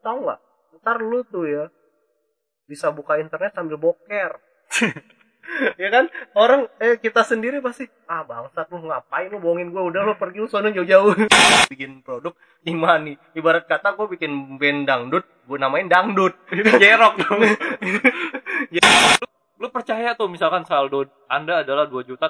tahu nggak? Ntar lu tuh ya bisa buka internet sambil boker. Ya kan, orang kita sendiri pasti bangsat lu, ngapain lu bohongin gue, udah lu pergi lu sono jauh-jauh. Bikin produk gimana nih, ibarat kata gue bikin band dangdut, gue namain dangdut. Itu jerok dong. Lu percaya tuh misalkan saldo Anda adalah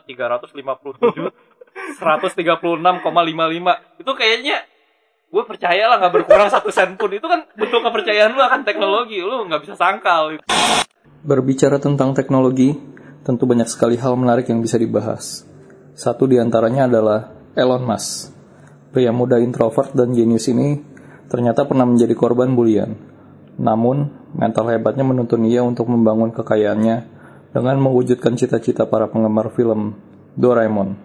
2.357.136,55, itu kayaknya gue percaya lah, nggak berkurang 1 sen pun. Itu kan bentuk kepercayaan lu akan teknologi, lu nggak bisa sangkal. Berbicara tentang teknologi, tentu banyak sekali hal menarik yang bisa dibahas. Satu di antaranya adalah Elon Musk. Pria muda introvert dan jenius ini ternyata pernah menjadi korban bulian. Namun, mental hebatnya menuntun ia untuk membangun kekayaannya dengan mewujudkan cita-cita para penggemar film Doraemon.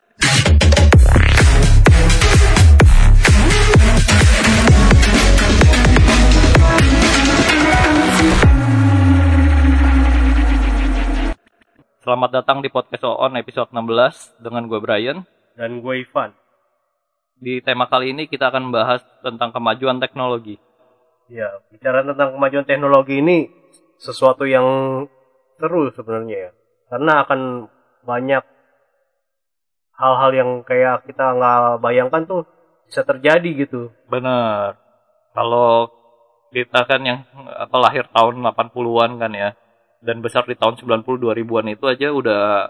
Selamat datang di Podcast On episode 16 dengan gue Brian dan gue Ivan. Di tema kali ini kita akan membahas tentang kemajuan teknologi. Ya, bicara tentang kemajuan teknologi ini sesuatu yang seru sebenarnya ya. Karena akan banyak hal-hal yang kayak kita nggak bayangkan tuh bisa terjadi gitu. Bener. Kalau kita kan yang lahir tahun 80-an kan ya, dan besar di tahun 90 2000-an itu aja udah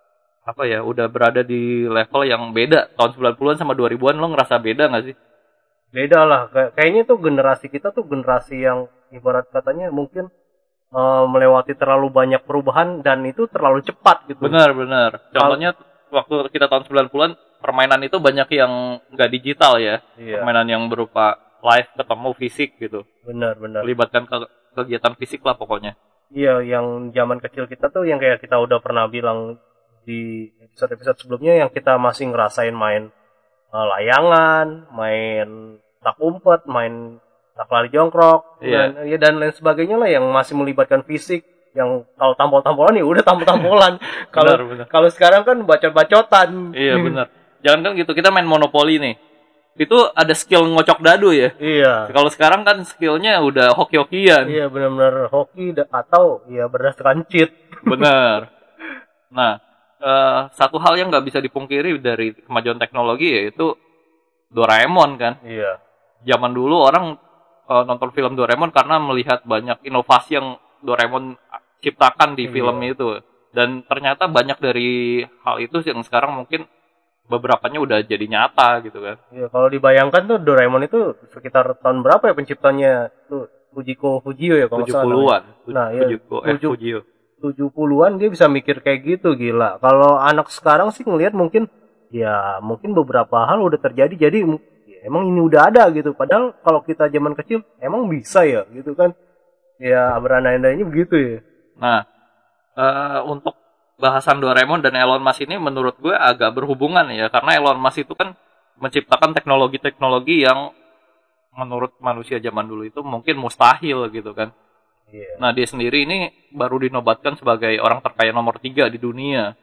berada di level yang beda. Tahun 90-an sama 2000-an lo ngerasa beda enggak sih? Beda lah. Kayaknya tuh generasi kita tuh generasi yang ibarat katanya mungkin melewati terlalu banyak perubahan dan itu terlalu cepat gitu. Benar. Contohnya waktu kita tahun 90-an permainan itu banyak yang enggak digital ya. Iya. Permainan yang berupa live ketemu fisik gitu. Benar. Melibatkan kegiatan fisik lah pokoknya. Iya, yang zaman kecil kita tuh yang kayak kita udah pernah bilang di episode-episode sebelumnya, yang kita masih ngerasain main layangan, main tak umpet, main tak lari jongkrok, dan lain sebagainya lah yang masih melibatkan fisik. Yang kalau tampol-tampolan ya udah tampol-tampolan. Kalau sekarang kan bacot-bacotan. Iya benar. Jangan kan gitu, kita main monopoli nih. Itu ada skill ngocok dadu ya. Iya. Kalau sekarang kan skillnya udah hoki-hokian. Iya, benar-benar hoki atau ya berdasarkan cheat. Benar. Nah, satu hal yang nggak bisa dipungkiri dari kemajuan teknologi yaitu Doraemon kan. Iya. Zaman dulu orang nonton film Doraemon karena melihat banyak inovasi yang Doraemon ciptakan di film itu. Dan ternyata banyak dari hal itu yang sekarang mungkin beberapanya udah jadi nyata gitu kan. Iya, kalau dibayangkan tuh Doraemon itu sekitar tahun berapa ya penciptanya tuh? Fujiko Fujio ya kalau 70-an. Nah, ya, Fujio. 70-an dia bisa mikir kayak gitu, gila. Kalau anak sekarang sih ngelihat mungkin beberapa hal udah terjadi, jadi ya, emang ini udah ada gitu. Padahal kalau kita zaman kecil emang bisa ya gitu kan. Ya berandai-andainya begitu ya. Nah, untuk bahasan Doraemon dan Elon Musk ini menurut gue agak berhubungan ya, karena Elon Musk itu kan menciptakan teknologi-teknologi yang menurut manusia zaman dulu itu mungkin mustahil gitu kan. Yeah. Nah, dia sendiri ini baru dinobatkan sebagai orang terkaya nomor 3 di dunia.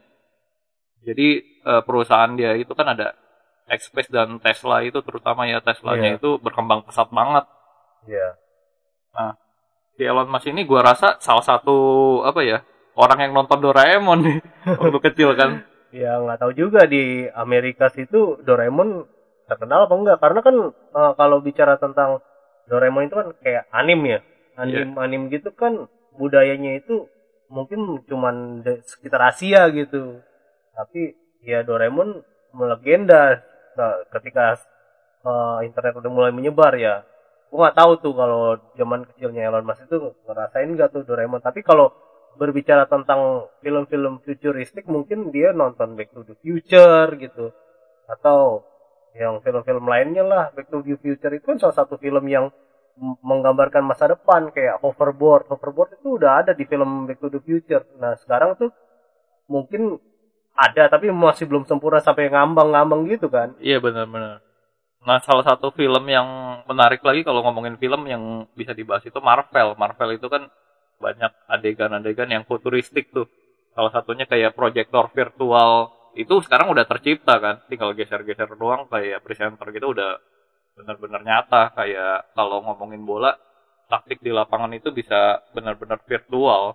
Jadi perusahaan dia itu kan ada X-Space dan Tesla itu, terutama ya Teslanya itu berkembang pesat banget. Iya. Yeah. Nah, si Elon Musk ini gue rasa salah satu orang yang nonton Doraemon nih waktu kecil kan. Ya nggak tahu juga di Amerika situ Doraemon terkenal apa enggak, karena kan kalau bicara tentang Doraemon itu kan kayak anim gitu kan, budayanya itu mungkin cuman sekitar Asia gitu. Tapi ya Doraemon melegenda ketika internet udah mulai menyebar ya. Gua nggak tahu tuh kalau zaman kecilnya Elon Musk itu ngerasain nggak tuh Doraemon. Tapi kalau berbicara tentang film-film futuristik, mungkin dia nonton Back to the Future gitu, atau yang film-film lainnya lah. Back to the Future itu kan salah satu film yang menggambarkan masa depan, kayak hoverboard itu udah ada di film Back to the Future. Nah sekarang tuh mungkin ada tapi masih belum sempurna sampai ngambang gitu kan. Iya benar. Nah, salah satu film yang menarik lagi kalau ngomongin film yang bisa dibahas itu Marvel itu kan banyak adegan-adegan yang futuristik tuh. Salah satunya kayak proyektor virtual itu sekarang udah tercipta kan, tinggal geser-geser doang, kayak presenter gitu udah benar-benar nyata. Kayak kalau ngomongin bola, taktik di lapangan itu bisa benar-benar virtual.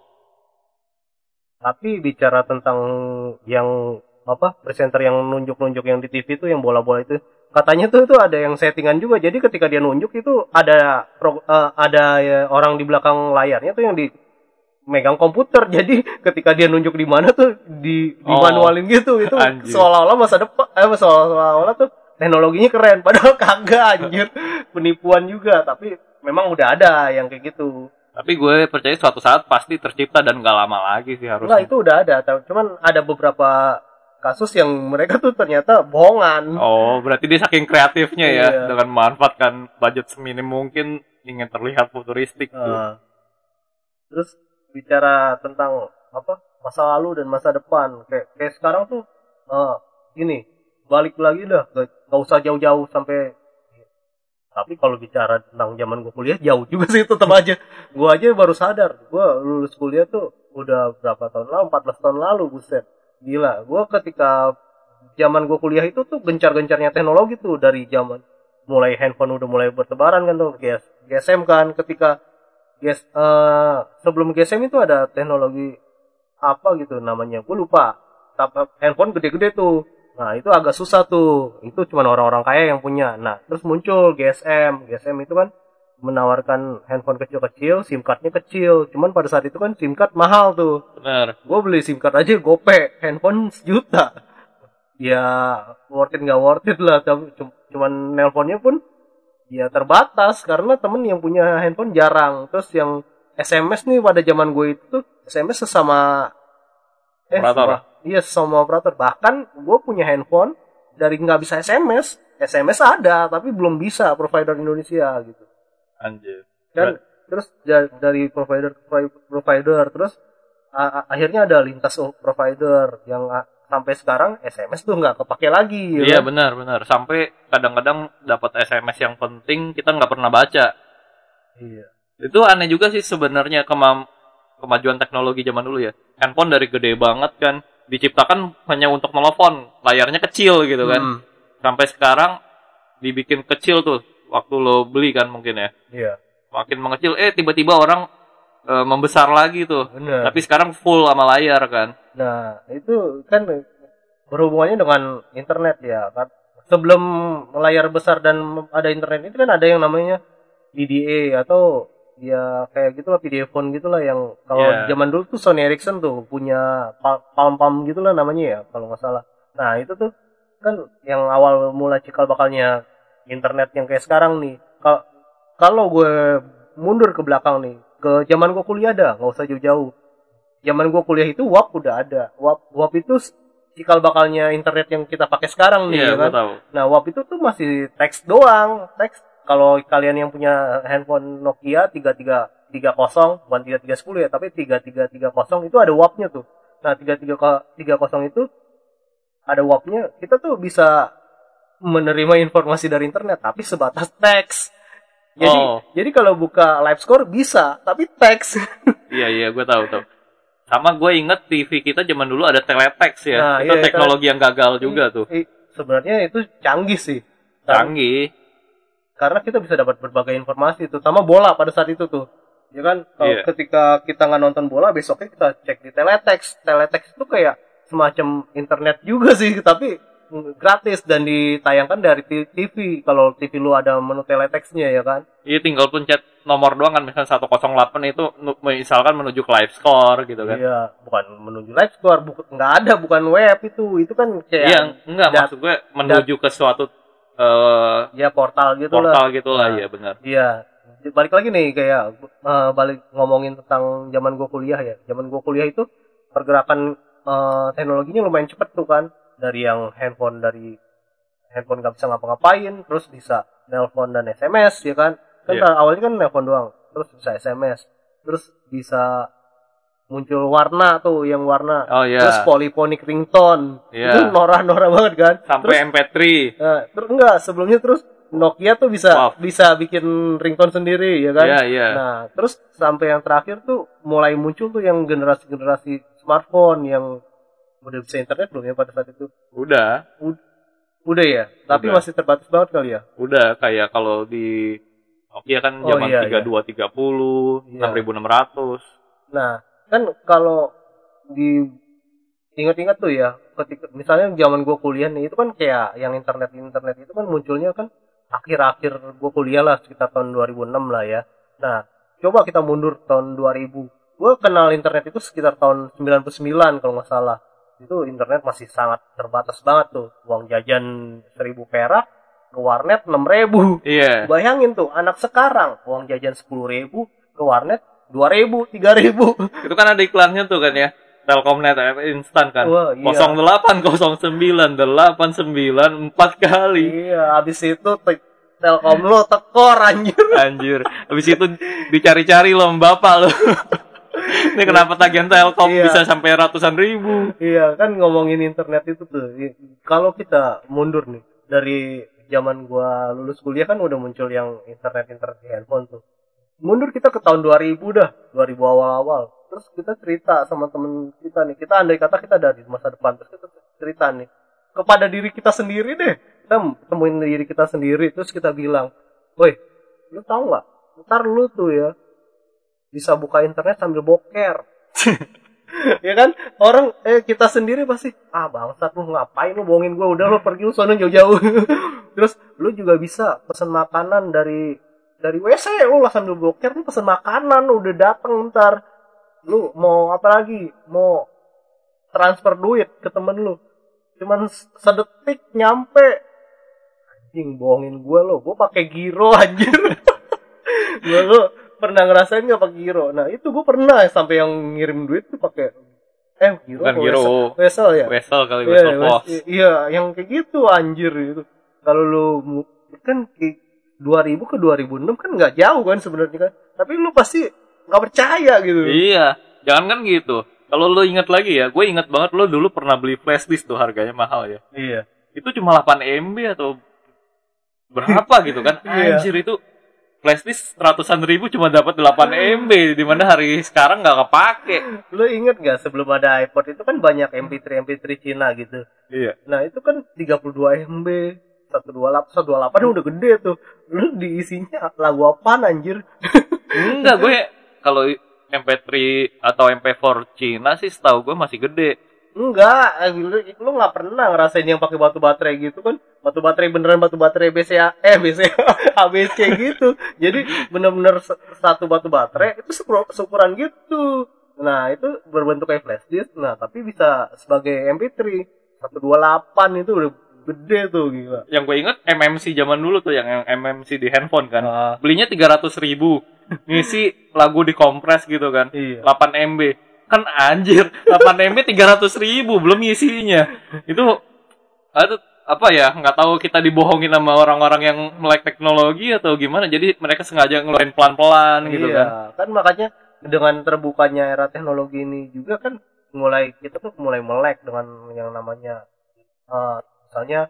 Tapi bicara tentang yang presenter yang nunjuk-nunjuk yang di TV itu yang bola-bola itu, katanya tuh itu ada yang settingan juga. Jadi ketika dia nunjuk itu ada ya, orang di belakang layarnya tuh yang di megang komputer. Jadi ketika dia nunjuk di mana tuh di manualin gitu. Itu seolah-olah masa depan seolah-olah tuh teknologinya keren, padahal kagak anjir. Penipuan juga, tapi memang udah ada yang kayak gitu. Tapi gue percaya suatu saat pasti tercipta dan gak lama lagi sih harusnya. Enggak, itu udah ada. Cuman ada beberapa kasus yang mereka tuh ternyata bohongan. Oh, berarti dia saking kreatifnya ya, dengan memanfaatkan budget seminim mungkin ingin terlihat futuristik tuh. Terus bicara tentang masa lalu dan masa depan. Kayak sekarang tuh gini, balik lagi dah, gak usah jauh-jauh sampai. Tapi kalau bicara tentang zaman gue kuliah jauh juga sih tetap aja. Gue aja baru sadar, gue lulus kuliah tuh udah berapa tahun lalu, 14 tahun lalu, buset. Gila, gue ketika zaman gue kuliah itu tuh gencar-gencarnya teknologi tuh, dari zaman mulai handphone udah mulai bertebaran kan tuh, GSM kan, ketika sebelum GSM itu ada teknologi apa gitu namanya, gue lupa. Tapi handphone gede-gede tuh. Nah, itu agak susah tuh. Itu cuma orang-orang kaya yang punya. Nah, terus muncul GSM. GSM itu kan menawarkan handphone kecil-kecil, SIM card-nya kecil. Cuman pada saat itu kan SIM card mahal tuh. Benar. Gue beli SIM card aja gope, handphone 1 juta. Ya, worth it nggak worth it lah. Cuman nelponnya pun ya terbatas karena temen yang punya handphone jarang. Terus yang SMS nih pada zaman gue itu tuh SMS sesama operator. Iya, sama operator. Bahkan gue punya handphone dari nggak bisa SMS ada tapi belum bisa provider Indonesia gitu. Anjir. Dan terus dari provider terus akhirnya ada lintas provider yang sampai sekarang SMS tuh nggak kepake lagi. Iya kan? Benar. Sampai kadang-kadang dapat SMS yang penting kita nggak pernah baca. Iya. Itu aneh juga sih sebenarnya kemajuan teknologi zaman dulu ya. Handphone dari gede banget kan, diciptakan hanya untuk telepon, layarnya kecil gitu kan. Sampai sekarang dibikin kecil tuh waktu lo beli kan mungkin ya. Iya. Makin mengecil, tiba-tiba orang membesar lagi tuh. Bener. Tapi sekarang full sama layar kan. Nah, itu kan berhubungannya dengan internet ya kan. Sebelum layar besar dan ada internet itu kan ada yang namanya PDA atau ya kayak gitulah, video phone gitulah, yang kalau zaman dulu tuh Sony Ericsson tuh punya Palm gitulah namanya ya kalau nggak salah. Nah, itu tuh kan yang awal mula cikal bakalnya internet yang kayak sekarang nih. Kalau gue mundur ke belakang nih, ke zaman gue kuliah dah, nggak usah jauh-jauh. Zaman gue kuliah itu WAP udah ada. WAP itu cikal bakalnya internet yang kita pakai sekarang nih, kan. Tahu. Nah, WAP itu tuh masih teks doang, teks. Kalau kalian yang punya handphone Nokia 3330, bukan 3310 ya, tapi 3330 itu ada WAP-nya tuh. Nah, 3330 itu ada WAP-nya. Kita tuh bisa menerima informasi dari internet tapi sebatas teks. Jadi kalau buka live score bisa, tapi teks. Iya, gue tahu. Sama gue inget TV kita zaman dulu ada teletext ya. Nah, itu teknologi yang gagal juga tuh. Sebenarnya itu canggih sih. Canggih. Karena kita bisa dapat berbagai informasi, terutama bola pada saat itu tuh. Ya kan, kalau ketika kita nggak nonton bola, besoknya kita cek di teletext. Teletext itu kayak semacam internet juga sih, tapi gratis dan ditayangkan dari TV. Kalau TV lu ada menu teletextnya ya kan. Iya, tinggal pencet nomor doang kan, misalnya 108 itu misalkan menuju ke live score gitu kan. Iya, bukan menuju live score, nggak ada, bukan web itu kan kayak. Iya, enggak, maksud gue menuju ke suatu ya portal gitulah. Portal gitulah, iya benar. Iya. Balik lagi nih kayak balik ngomongin tentang zaman gue kuliah ya. Zaman gue kuliah itu pergerakan teknologinya lumayan cepet tuh kan. Dari handphone nggak bisa ngapa-ngapain, terus bisa nelpon dan SMS ya kan. Awalnya kan nelpon doang, terus bisa SMS, terus bisa muncul warna tuh, yang warna, terus polyphonic ringtone, itu norak-norak banget kan. Sampai terus, MP3. Terus enggak, sebelumnya terus Nokia tuh bisa bikin ringtone sendiri ya kan. Nah, terus sampai yang terakhir tuh mulai muncul tuh yang generasi smartphone yang udah bisa internet belum ya pada saat itu? Udah ya, tapi masih terbatas banget kali ya. Udah, kayak kalau di Nokia kan Oh, zaman iya, 3230, Iya. 6600. Nah, kan kalau di ingat-ingat tuh ya, ketika misalnya zaman gue kuliah nih, itu kan kayak yang internet itu kan munculnya kan akhir-akhir gue kuliah lah, sekitar tahun 2006 lah ya. Nah, coba kita mundur tahun 2000. Gue kenal internet itu sekitar tahun 99 kalau nggak salah. Itu internet masih sangat terbatas banget tuh. Uang jajan 1.000 perak, ke warnet 6.000. Iya. Bayangin tuh, anak sekarang uang jajan 10.000, ke warnet 2.000, 3.000. Itu kan ada iklannya tuh kan ya. Telkomnet instan kan. Wah, iya. 0809 89 4 kali. Iya, abis itu Telkom lo tekor anjir. Anjir. Habis itu dicari-cari lo sama bapak lo. Ini kenapa tagihan Telkom Iya. bisa sampai ratusan ribu? Iya, kan ngomongin internet itu tuh. Kalau kita mundur nih dari zaman gua lulus kuliah kan udah muncul yang internet di handphone tuh. Mundur kita ke tahun 2000 dah, 2000 awal-awal. Terus kita cerita sama temen kita nih. Kita andai kata kita ada di masa depan, terus kita cerita nih kepada diri kita sendiri deh. Kita temuin diri kita sendiri, terus kita bilang, "Woi, lu tahu nggak? Ntar lu tuh ya bisa buka internet sambil boker." Ya kan, orang kita sendiri pasti bangsat lu, ngapain lu bohongin gue, udah lu pergi lu sono jauh-jauh. Terus lu juga bisa pesen makanan dari WC, lu lah sambil boker, lu pesen makanan, lu udah dateng ntar. Lu mau apa lagi, mau transfer duit ke temen lu, cuman sedetik nyampe. Anjing, bohongin gue lo, gue pakai giro anjir. Lo pernah ngerasain nggak pakai giro? Nah itu gue pernah sampai yang ngirim duit tuh pakai giro. Bukan giro. Wesel ya. Wesel kali, Wesel Pos. Iya, yang kayak gitu anjir itu. Kalau lu kan 2000 ke 2006 kan nggak jauh kan sebenarnya kan. Tapi lu pasti nggak percaya gitu. Iya, jangan kan gitu. Kalau lu ingat lagi ya, gue ingat banget lu dulu pernah beli flash disk tuh, harganya mahal ya. Iya. Itu cuma 8 MB atau berapa gitu kan. Iya. Anjir, itu flash disk ratusan ribu cuma dapat 8 MB, di mana hari sekarang nggak kepake. Lu inget nggak sebelum ada iPod itu kan banyak MP3 Cina gitu. Iya. Nah itu kan 32 MB, 128 udah gede tuh. Lu diisinya lagu apaan anjir? Enggak, gue kalau MP3 atau MP4 Cina sih setahu gue masih gede. Enggak, lu nggak pernah ngerasain yang pakai batu baterai gitu kan? Batu baterai beneran, batu baterai BCA, ABC gitu. Jadi bener-bener satu batu baterai itu seukuran gitu. Nah itu berbentuk kayak flash disk. Nah tapi bisa sebagai MP3 128 itu udah gede tuh, gila. Yang gue inget MMC zaman dulu tuh, yang MMC di handphone kan. Belinya 300.000, ngisi lagu dikompres gitu kan. Iya. 8 MB. Kan anjir, 8 MB 300.000 belum ngisinya. Itu apa ya, nggak tahu kita dibohongin sama orang-orang yang melek teknologi atau gimana. Jadi mereka sengaja ngeluarin pelan-pelan gitu kan. Kan makanya dengan terbukanya era teknologi ini juga kan kita tuh mulai melek dengan yang namanya misalnya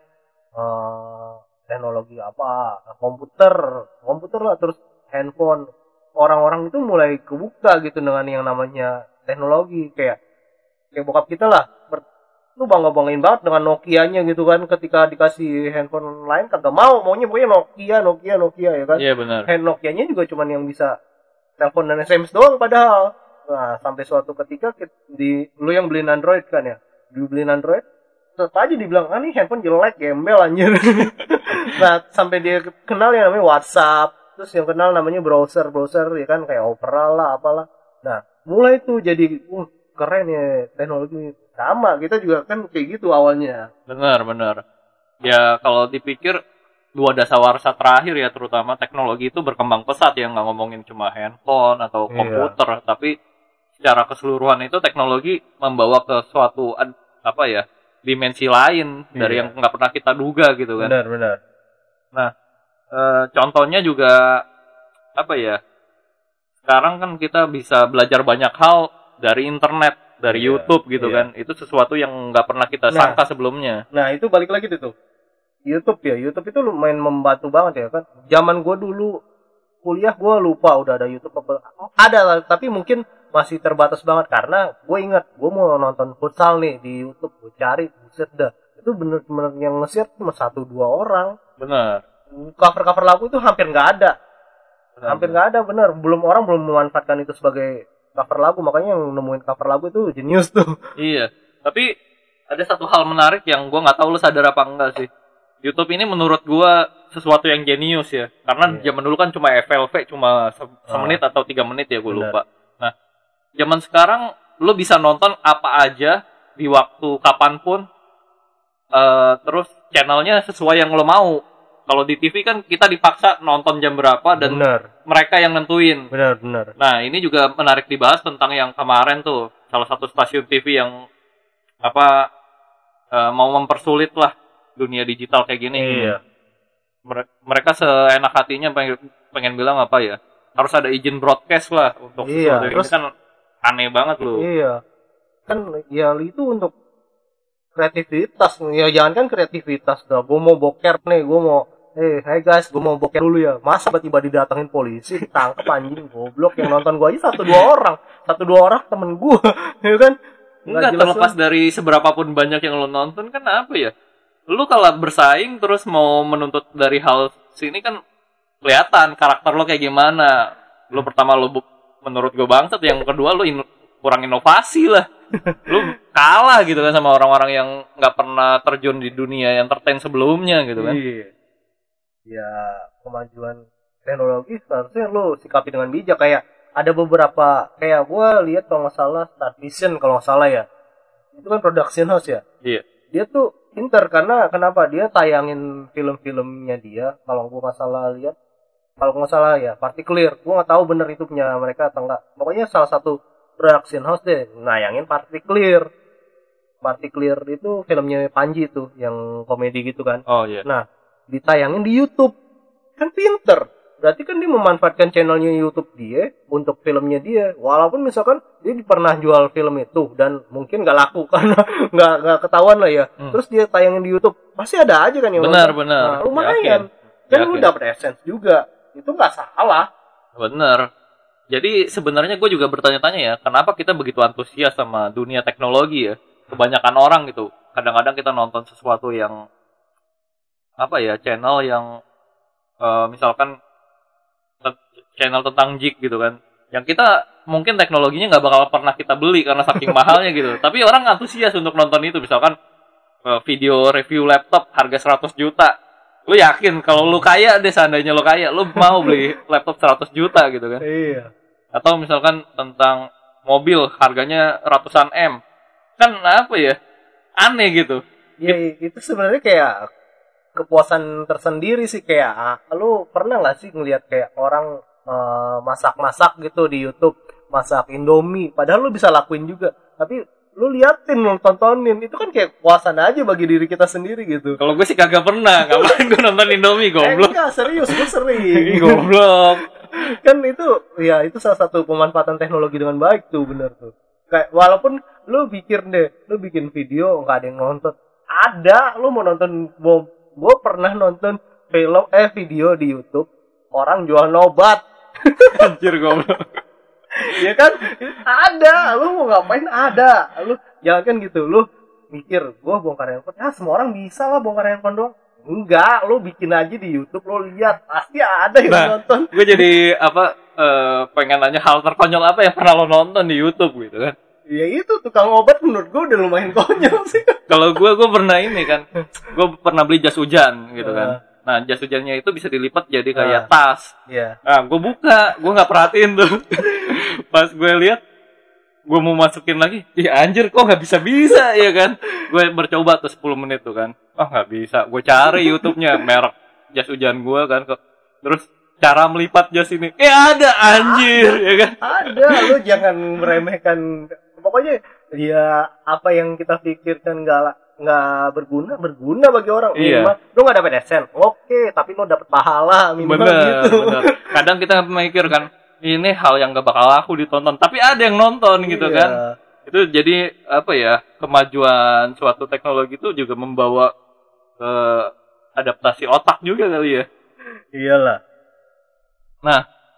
teknologi apa, komputer lah, terus handphone. Orang-orang itu mulai kebuka gitu dengan yang namanya teknologi, kayak bokap kita lah, lu bangga-banggain banget dengan Nokia-nya gitu kan. Ketika dikasih handphone lain kagak maunya pokoknya Nokia ya kan. Iya benar. Hand Nokia-nya juga cuman yang bisa telepon dan SMS doang padahal. Nah, sampai suatu ketika lu yang beliin Android kan ya, dibeliin Android, tetap aja dibilang, nih handphone jelek, gembel anjir. Nah, sampai dia kenal yang namanya WhatsApp, terus yang kenal namanya browser ya kan, kayak Opera lah, apalah. Nah, mulai tuh jadi, keren ya teknologi. Sama, kita juga kan kayak gitu awalnya. Benar. Ya, kalau dipikir, 2 dasawarsa terakhir ya, terutama teknologi itu berkembang pesat ya, nggak ngomongin cuma handphone atau komputer, tapi secara keseluruhan itu teknologi membawa ke suatu dimensi lain dari yang nggak pernah kita duga gitu kan. Benar. Nah, contohnya juga sekarang kan kita bisa belajar banyak hal dari internet, dari YouTube gitu kan. Itu sesuatu yang nggak pernah kita sangka sebelumnya. Nah itu balik lagi tuh YouTube itu lumayan membantu banget ya kan. Zaman gue dulu kuliah gue lupa udah ada YouTube apa, ada lah, tapi mungkin masih terbatas banget. Karena gue ingat gue mau nonton futsal nih di YouTube, gue cari, buset dah, itu bener-bener yang nge-share cuma 1-2 orang. Benar. Cover lagu itu hampir nggak ada. Hampir nggak ada, bener. Orang belum memanfaatkan itu sebagai cover lagu, makanya yang nemuin cover lagu itu jenius tuh. Iya, tapi ada satu hal menarik yang gue nggak tahu lu sadar apa enggak sih. YouTube ini menurut gue sesuatu yang jenius ya, karena zaman dulu kan cuma FLV cuma semenit atau 3 menit ya, gue lupa. Nah, zaman sekarang lu bisa nonton apa aja di waktu kapanpun, terus channelnya sesuai yang lo mau. Kalau di TV kan kita dipaksa nonton jam berapa dan mereka yang nentuin. Benar. Nah, ini juga menarik dibahas tentang yang kemarin tuh, salah satu stasiun TV yang mau mempersulit lah dunia digital kayak gini. Iya. Mereka seenak hatinya pengen bilang apa ya? Harus ada izin broadcast lah untuk sesuatu. Ini kan aneh banget loh. Iya. Kan ya itu untuk kreativitas. Ya jangan kan kreativitas dah. Gue mau boker nih, hey guys, gue mau boker dulu ya. Masa tiba-tiba didatengin polisi, ditangkap anjing, goblok. Yang nonton gue aja 1-2 orang temen gue, ya kan? Enggak terlepas dari seberapapun banyak yang lo nonton kan apa ya? Lu kalau bersaing terus mau menuntut dari hal sini kan kelihatan karakter lo kayak gimana. Lu pertama menurut gue bangsat, yang kedua lu kurang inovasi lah. Lu kalah gitu kan sama orang-orang yang nggak pernah terjun di dunia entertain sebelumnya gitu kan. Iya. Ya kemajuan teknologi seharusnya lo sikapi dengan bijak. Kayak ada beberapa, kayak gue lihat kalau nggak salah Star Vision kalau nggak salah ya, itu kan production house ya. Iya. Dia tuh pinter karena kenapa dia tayangin film-filmnya dia, kalau gue nggak salah lihat, kalau nggak salah ya Particular, gue nggak tahu bener itu punya mereka atau enggak. Pokoknya salah satu production house deh nayangin Particular itu filmnya Panji tuh yang komedi gitu kan. Oh iya. Nah ditayangin di YouTube, kan pinter. Berarti kan dia memanfaatkan channelnya YouTube dia untuk filmnya dia. Walaupun misalkan dia pernah jual film itu dan mungkin nggak laku karena nggak ketahuan lah ya. Terus dia tayangin di YouTube, pasti ada aja kan yang benar. Nah, lumayan. Kan lu dapet AdSense juga. Itu nggak salah. Bener. Jadi sebenarnya gue juga bertanya-tanya ya, kenapa kita begitu antusias sama dunia teknologi ya? Kebanyakan orang gitu. Kadang-kadang kita nonton sesuatu yang channel yang misalkan channel tentang jig gitu kan, yang kita mungkin teknologinya nggak bakal pernah kita beli karena saking mahalnya gitu, tapi orang antusias untuk nonton itu. Misalkan video review laptop harga 100 juta, lu yakin kalau lu kaya deh, seandainya lu kaya, lu mau beli laptop 100 juta gitu kan. Iya. Atau misalkan tentang mobil harganya ratusan M, kan aneh gitu. Ya itu sebenarnya kayak kepuasan tersendiri sih. Kayak lu pernah nggak sih ngelihat kayak orang masak-masak gitu di YouTube, masak Indomie, padahal lu bisa lakuin juga, tapi lu liatin, lu tontonin, itu kan kayak kepuasan aja bagi diri kita sendiri gitu. Kalau gue sih kagak pernah, ngapain gue nonton Indomie, goblok. Enggak, serius, gue sering. Goblok. Kan itu salah satu pemanfaatan teknologi dengan baik tuh, bener tuh. Kayak walaupun lu bikin video nggak ada yang nonton, lu mau nonton, gue pernah nonton video di YouTube orang jual obat. Anjir goblok. Ya kan ada, lu mau ngapain ada, lu jangan kan gitu, lu mikir gue bongkar handphone, semua orang bisa lah bongkar handphone doang. Enggak, lu bikin aja di YouTube, lu lihat pasti ada yang nonton. Gue jadi pengen nanya hal terkonyol apa yang pernah lo nonton di YouTube gitu kan. Ya itu tukang obat menurut gue udah lumayan konyol sih. Kalau gue pernah gue pernah beli jas hujan gitu kan. Nah, jas hujannya itu bisa dilipat jadi kayak tas. Iya. Nah, gue buka, gue nggak perhatiin tuh. Pas gue lihat, gue mau masukin lagi, anjir kok nggak bisa ya kan? Gue bercoba tuh 10 menit tuh kan, nggak bisa. Gue cari YouTube-nya merek jas hujan gue kan, terus cara melipat jas ini, ada anjir ya kan? Ada, lu jangan meremehkan. Pokoknya dia apa yang kita pikirkan nggak berguna bagi orang. Iya. Lu nggak dapet AdSense, oke, tapi lu dapet pahala minimal gitu. Bener. Kadang kita mikir kan, ini hal yang gak bakal laku ditonton, tapi ada yang nonton gitu kan. Itu jadi kemajuan suatu teknologi itu juga membawa ke adaptasi otak juga kali ya. Iyalah. Nah,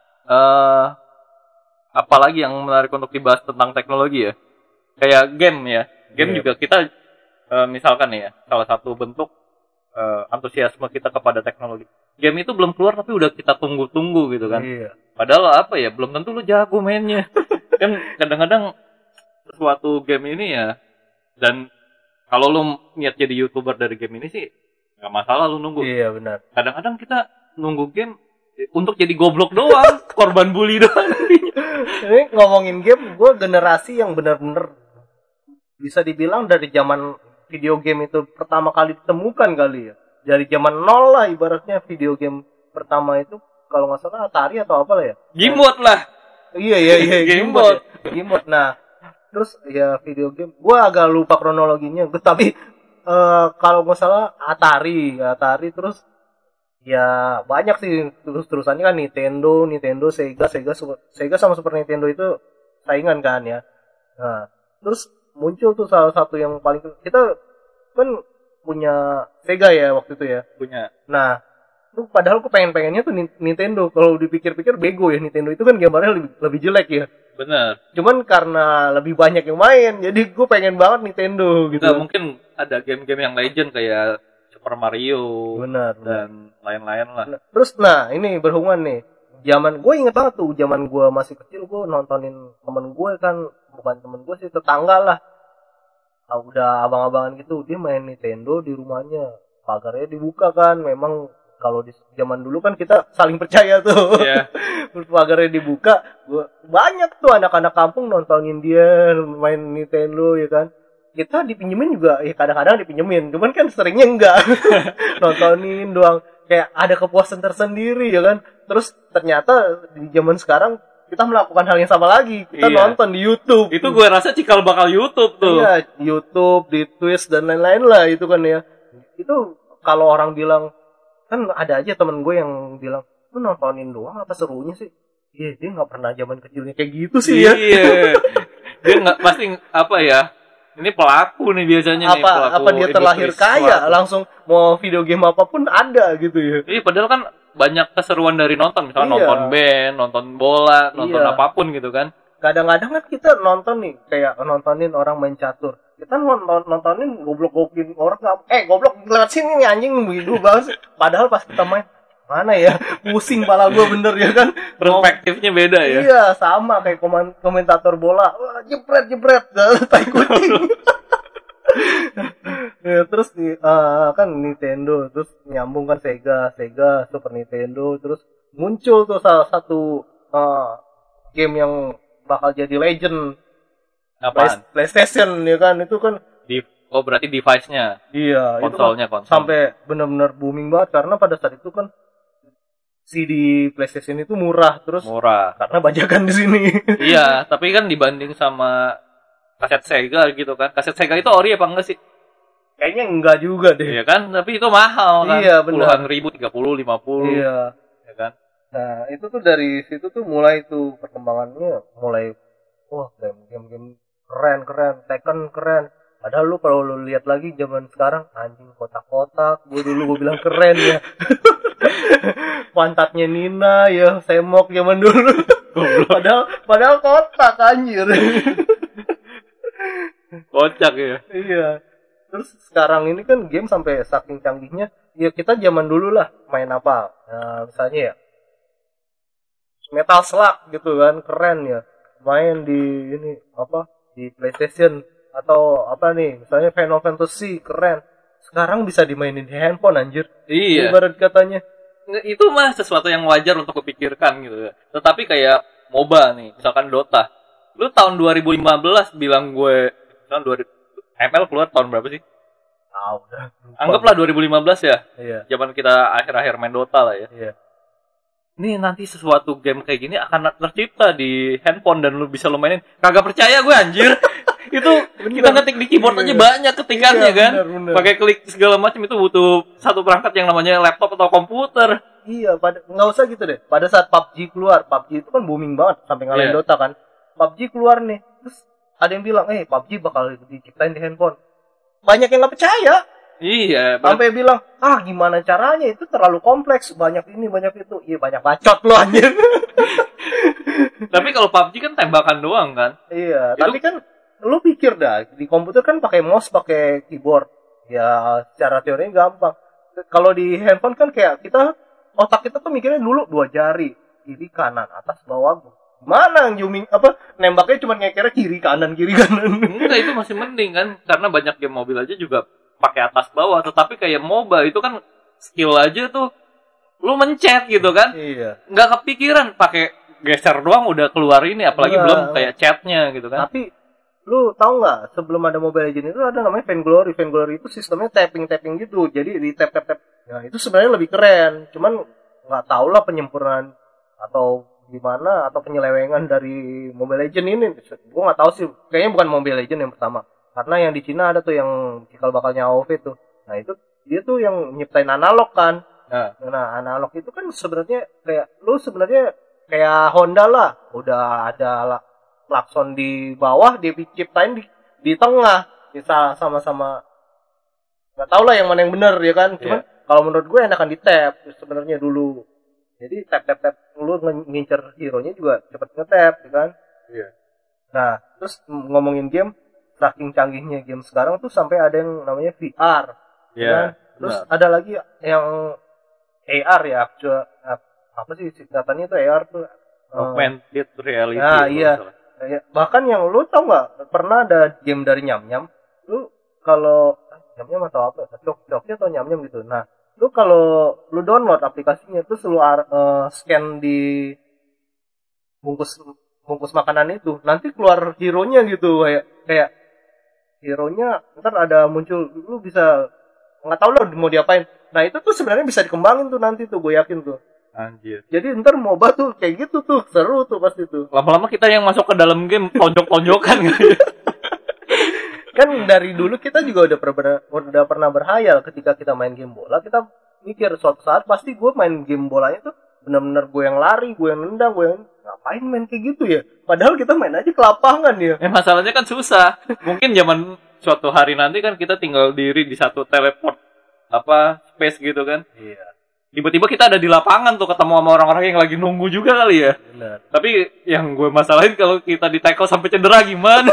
apalagi yang menarik untuk dibahas tentang teknologi ya, kayak game ya. Game juga kita misalkan ya, salah satu bentuk antusiasme kita kepada teknologi. game itu belum keluar tapi udah kita tunggu-tunggu gitu kan. Iya. Padahal apa ya, belum tentu lu jago mainnya. Kan kadang-kadang suatu game ini ya, dan kalau lu niat jadi YouTuber dari game ini sih nggak masalah lu nunggu. Iya benar. Kadang-kadang kita nunggu game untuk jadi goblok doang, korban bully doang. Ini ngomongin game, gue generasi yang benar-benar bisa dibilang dari zaman video game itu pertama kali ditemukan kali ya. Dari zaman nol lah ibaratnya video game pertama itu, kalau nggak salah Atari atau apa lah ya. Gamebot lah. Iya Gamebot. Gamebot. Nah, terus ya video game, gue agak lupa kronologinya. Tapi kalau nggak salah Atari terus ya banyak sih terusannya kan Nintendo, Sega sama Super Nintendo itu saingan kan ya. Nah, terus muncul tuh salah satu yang paling, kita kan punya Sega ya waktu itu ya. Punya. Nah, tuh padahal aku pengennya tuh Nintendo. Kalau dipikir-pikir bego ya, Nintendo itu kan gambarnya lebih jelek ya. Bener. Cuman karena lebih banyak yang main, jadi gue pengen banget Nintendo gitu. Nggak, mungkin ada game-game yang legend kayak Super Mario. Benar. Dan lain-lain lah. Terus ini berhubungan nih. Zaman gue inget banget tuh, zaman gue masih kecil gue nontonin temen gue kan, bukan temen gue sih, tetangga lah. Udah abang-abangan gitu, dia main Nintendo di rumahnya, pagarnya dibuka kan. Memang kalau di zaman dulu kan kita saling percaya tuh. Iya. Pagarnya dibuka, banyak tuh anak-anak kampung nontonin dia main Nintendo ya kan. Kita dipinjemin juga, ya kadang-kadang dipinjemin, cuman kan seringnya enggak. Nontonin doang, kayak ada kepuasan tersendiri ya kan. Terus ternyata di zaman sekarang kita melakukan hal yang sama lagi, kita nonton di YouTube. Itu gue rasa cikal bakal YouTube tuh. Iya, YouTube, di Twitch dan lain-lain lah itu kan ya. Itu kalau orang bilang, kan ada aja temen gue yang bilang, lu nontonin doang apa serunya sih? Iya, dia nggak pernah zaman kecilnya kayak gitu sih ya. Iya. Dia nggak pasti apa ya? Ini pelaku nih biasanya nih, pelaku. Apa dia terlahir kaya, langsung mau video game apapun ada gitu ya. Iya, padahal kan banyak keseruan dari nonton, misalnya nonton band, nonton bola, nonton apapun gitu kan. Kadang-kadang kan kita nonton nih, kayak nontonin orang main catur. Kita nontonin goblok-goblokin orang, goblok lewat sini nih anjing begitu banget. Padahal pas kita main, mana ya, pusing pala gue bener ya kan. Perspektifnya beda ya. Iya, sama kayak komentator bola. Wah, jebret tai kucing. Ya, terus kan Nintendo, terus nyambung kan Sega, Super Nintendo, terus muncul tuh salah satu game yang bakal jadi legend. Apaan? PlayStation ya kan, itu kan berarti device-nya. Iya, konsolnya. Sampai benar-benar booming banget karena pada saat itu kan CD PlayStation itu murah karena bajakan di sini. Iya, tapi kan dibanding sama kaset Sega gitu kan. Kaset Sega itu ori apa enggak sih? Kayaknya enggak juga deh. Iya kan, tapi itu mahal kan. Iya, benar. Puluhan ribu, 30, 50. Iya. Ya kan? Nah, itu tuh dari situ tuh mulai tuh perkembangannya mulai, wah, game-game keren, Tekken keren. Padahal lu kalau lu lihat lagi zaman sekarang, anjing kotak-kotak. Gue bilang keren ya. Pantatnya Nina ya, semok zaman dulu. padahal kotak anjir. Kocak ya. Iya. Terus sekarang ini kan game sampai saking canggihnya, ya kita zaman dulu lah main apa? Nah, misalnya ya Metal Slug gitu kan, keren ya. Main di di PlayStation atau apa nih, misalnya Final Fantasy, keren. Sekarang bisa dimainin di handphone anjir. Iya. Ibarat katanya. Itu mah sesuatu yang wajar untuk kepikirkan gitu. Tetapi kayak MOBA nih, misalkan Dota. Lu tahun 2015 bilang gue, tahun 2000 ML keluar tahun berapa sih? Udah. Anggaplah 2015 ya. Iya. Zaman kita akhir-akhir main Dota lah ya. Iya. Ini nanti sesuatu game kayak gini akan tercipta di handphone dan lu bisa lu mainin. Kagak percaya gue anjir. Itu kita ngetik di keyboard aja banyak ketikannya kan. Bener. Pakai klik segala macam, itu butuh satu perangkat yang namanya laptop atau komputer. Iya, nggak usah gitu deh. Pada saat PUBG keluar, PUBG itu kan booming banget sampai ngalahin Dota kan. PUBG keluar nih, terus ada yang bilang, PUBG bakal diciptain di handphone. Banyak yang nggak percaya. Iya. Sampai bilang, gimana caranya, itu terlalu kompleks, banyak ini, banyak itu. Iya, banyak bacot lo anjir. Tapi kalau PUBG kan tembakan doang kan. Iya, tapi kan lu pikir dah, di komputer kan pakai mouse, pakai keyboard. Ya, secara teorinya gampang. Kalau di handphone kan kayak kita otak kita tuh mikirnya dulu 2 jari, kiri kanan, atas bawah. Mana yang zooming nembaknya cuma ngekere kiri kanan. Enggak, itu masih mending kan, karena banyak game mobil aja juga pakai atas bawah. Tetapi kayak MOBA itu kan skill aja tuh, lu mencet gitu kan. Iya. Nggak kepikiran pakai geser doang udah keluar ini, apalagi belum kayak chatnya gitu kan. Tapi lu tahu nggak, sebelum ada Mobile Legends itu ada namanya Vainglory. Vainglory itu sistemnya tapping gitu, jadi di tap. Nah itu sebenarnya lebih keren, cuman nggak tahu lah penyempurnaan atau gimana atau penyelewengan dari Mobile Legends ini. Gue nggak tahu sih, kayaknya bukan Mobile Legends yang pertama, karena yang di Cina ada tuh yang cikal bakalnya AoV tuh. Nah itu dia tuh yang nyiptain analog kan. Nah analog itu kan sebenarnya kayak lu sebenarnya kayak Honda lah, udah ada klakson di bawah, dia ciptain di tengah, bisa sama-sama nggak tahu lah yang mana yang benar ya kan. Cuman kalau menurut gue enakan di tap sebenarnya dulu. Jadi tap lu ngincer hero-nya juga cepet nge-tap ya kan. Iya. Nah terus ngomongin game, saking canggihnya game sekarang tuh sampai ada yang namanya VR ya kan? Terus ada lagi yang AR ya, apa sih singkatannya itu AR tuh, augmented reality. Nah iya. Bahkan yang lu tau nggak, pernah ada game dari Nyam-Nyam, lu kalau Nyam-Nyam atau apa, Cok-Coknya atau Nyam-Nyam gitu. Nah lu kalau lu download aplikasinya terus lu scan di bungkus makanan itu, nanti keluar hero-nya gitu, kayak hero-nya ntar ada muncul, lu bisa nggak tahu lah mau diapain. Nah itu tuh sebenarnya bisa dikembangin tuh nanti tuh, gue yakin tuh. Anjir. Jadi ntar MOBA tuh kayak gitu tuh, seru tuh pasti tuh. Lama-lama kita yang masuk ke dalam game tonjok-tonjokan gitu. Kan dari dulu kita juga udah pernah berhayal ketika kita main game bola, kita mikir suatu saat pasti gue main game bolanya tuh benar-benar gue yang lari, gue yang nendang, gue yang ngapain main kayak gitu ya. Padahal kita main aja ke lapangan ya. Masalahnya kan susah. Mungkin zaman suatu hari nanti kan kita tinggal diri di satu teleport space gitu kan. Iya. Tiba-tiba kita ada di lapangan tuh, ketemu sama orang-orang yang lagi nunggu juga kali ya. Benar. Tapi yang gue masalahin kalau kita di tackle sampai cedera gimana?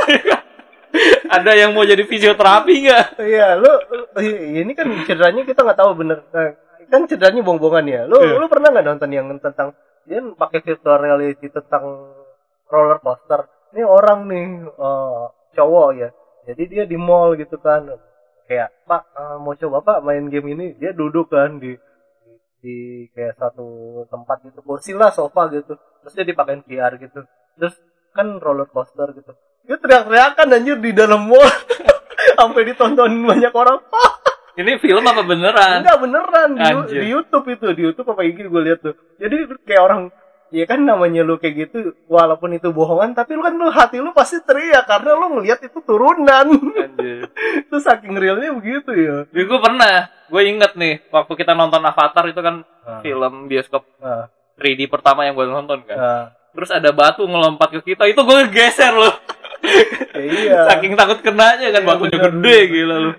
Ada yang mau jadi fisioterapi nggak? Iya, ini kan cederanya kita nggak tahu bener. Kan cederanya bohong-bohongan ya. Lu pernah nggak nonton yang tentang dia pakai virtual reality tentang roller coaster? Ini orang nih cowok ya. Jadi dia di mall gitu kan. Kayak, Pak, mau coba Pak main game ini? Dia duduk kan di kayak satu tempat gitu, kursi lah, sofa gitu. Terus dia dipakein VR gitu. Terus kan roller coaster gitu. Dia teriak-teriakan anjir di dalam mall. Sampai ditonton banyak orang. Ini film apa beneran? Enggak, beneran di YouTube itu. Di YouTube apa IG gue lihat tuh. Jadi kayak orang, ya kan namanya lu kayak gitu, walaupun itu bohongan, tapi lu hati lu pasti teriak karena lu ngelihat itu turunan. Anjir. Itu saking realnya begitu ya. Ya, gue inget nih waktu kita nonton Avatar itu kan film bioskop 3D pertama yang gue nonton kan. Terus ada batu ngelompat ke kita, itu gue geser loh. Iya. Saking takut kenanya kan, batunya gede gila lu.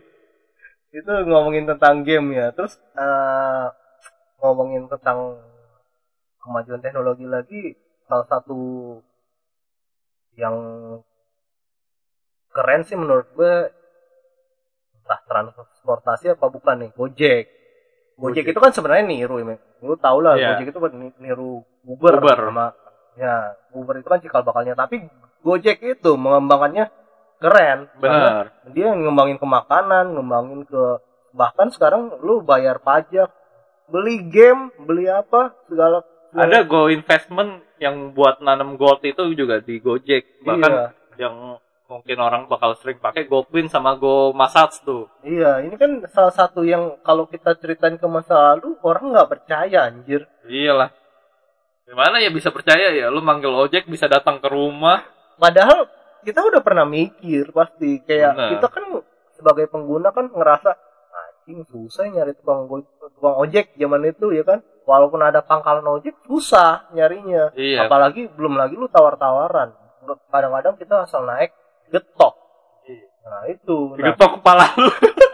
Itu ngomongin tentang game ya. Terus ngomongin tentang kemajuan teknologi lagi, salah satu yang keren sih menurut gue, entah transportasi apa bukan nih, Gojek itu kan sebenarnya niru ya. Lu tau lah, Gojek itu kan niru Uber. Sama ya, Uber itu kan cikal bakalnya, tapi Gojek itu mengembangkannya keren. Benar. Dia ngembangin ke makanan, ngembangin ke, bahkan sekarang lu bayar pajak, beli game, beli apa, segala. Ada Go Investment yang buat nanam gold itu juga di Gojek. Bahkan yang mungkin orang bakal sering pakai GoQueen sama Go Massage tuh. Iya, ini kan salah satu yang kalau kita ceritain ke masa lalu, orang nggak percaya anjir. Iyalah. Gimana ya bisa percaya ya? Lu manggil ojek bisa datang ke rumah. Padahal kita udah pernah mikir pasti. Kayak kita kan sebagai pengguna kan ngerasa, anjing susah nyari tukang ojek zaman itu ya kan. Walaupun ada pangkalan ojek, susah nyarinya. Iya. Apalagi belum lagi lu tawar-tawaran. Kadang-kadang kita asal naik, getok. Nah itu. Getok kepala lu.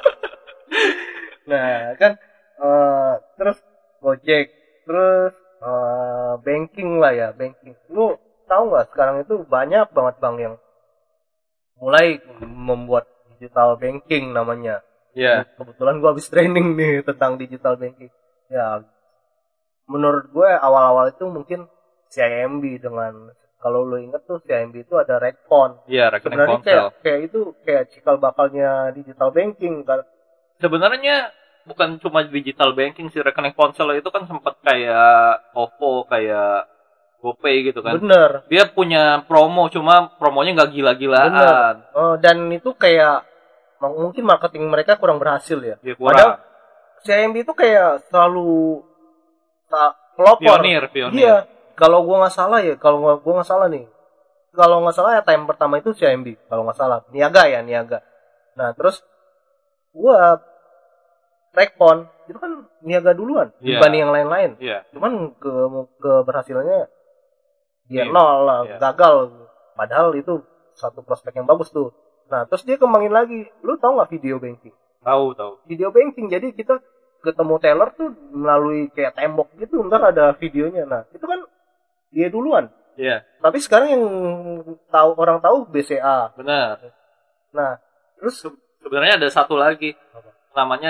Nah kan, terus Gojek, terus banking lah ya, banking. Lu tahu nggak sekarang itu banyak banget bank yang mulai membuat digital banking namanya. Iya. Kebetulan gua habis training nih tentang digital banking. Ya, menurut gue awal-awal itu mungkin CIMB dengan, kalau lu inget tuh CIMB itu ada Rekpon. Iya, rekening Sebenarnya ponsel. kayak itu kayak cikal bakalnya digital banking kan. Sebenarnya bukan cuma digital banking sih, rekening ponsel itu kan sempat kayak OVO, kayak GoPay gitu kan. Bener. Dia punya promo, cuma promonya nggak Bener. gila-gilaan. Dan itu kayak mungkin marketing mereka kurang berhasil ya. Ya, kurang. Padahal CIMB itu kayak selalu pelopor. Pionir. Iya. Kalau gua nggak salah ya, kalau gua nggak salah nih. Kalau nggak salah ya time pertama itu CIMB. Kalau nggak salah. Niaga. Nah terus gua Rekpon itu kan niaga duluan dibanding yang lain-lain. Iya. Cuman keberhasilannya dia Iya. nol lah, Iya. gagal. Padahal itu satu prospek yang bagus tuh. Nah, terus dia kembangin lagi. Lu tahu nggak video banking? Tahu. Video banking. Jadi kita ketemu teller tuh melalui kayak tembok gitu, ntar ada videonya. Nah, itu kan dia duluan. Iya. Tapi sekarang yang orang tahu BCA. Benar. Nah, terus Sebenarnya ada satu lagi. Namanya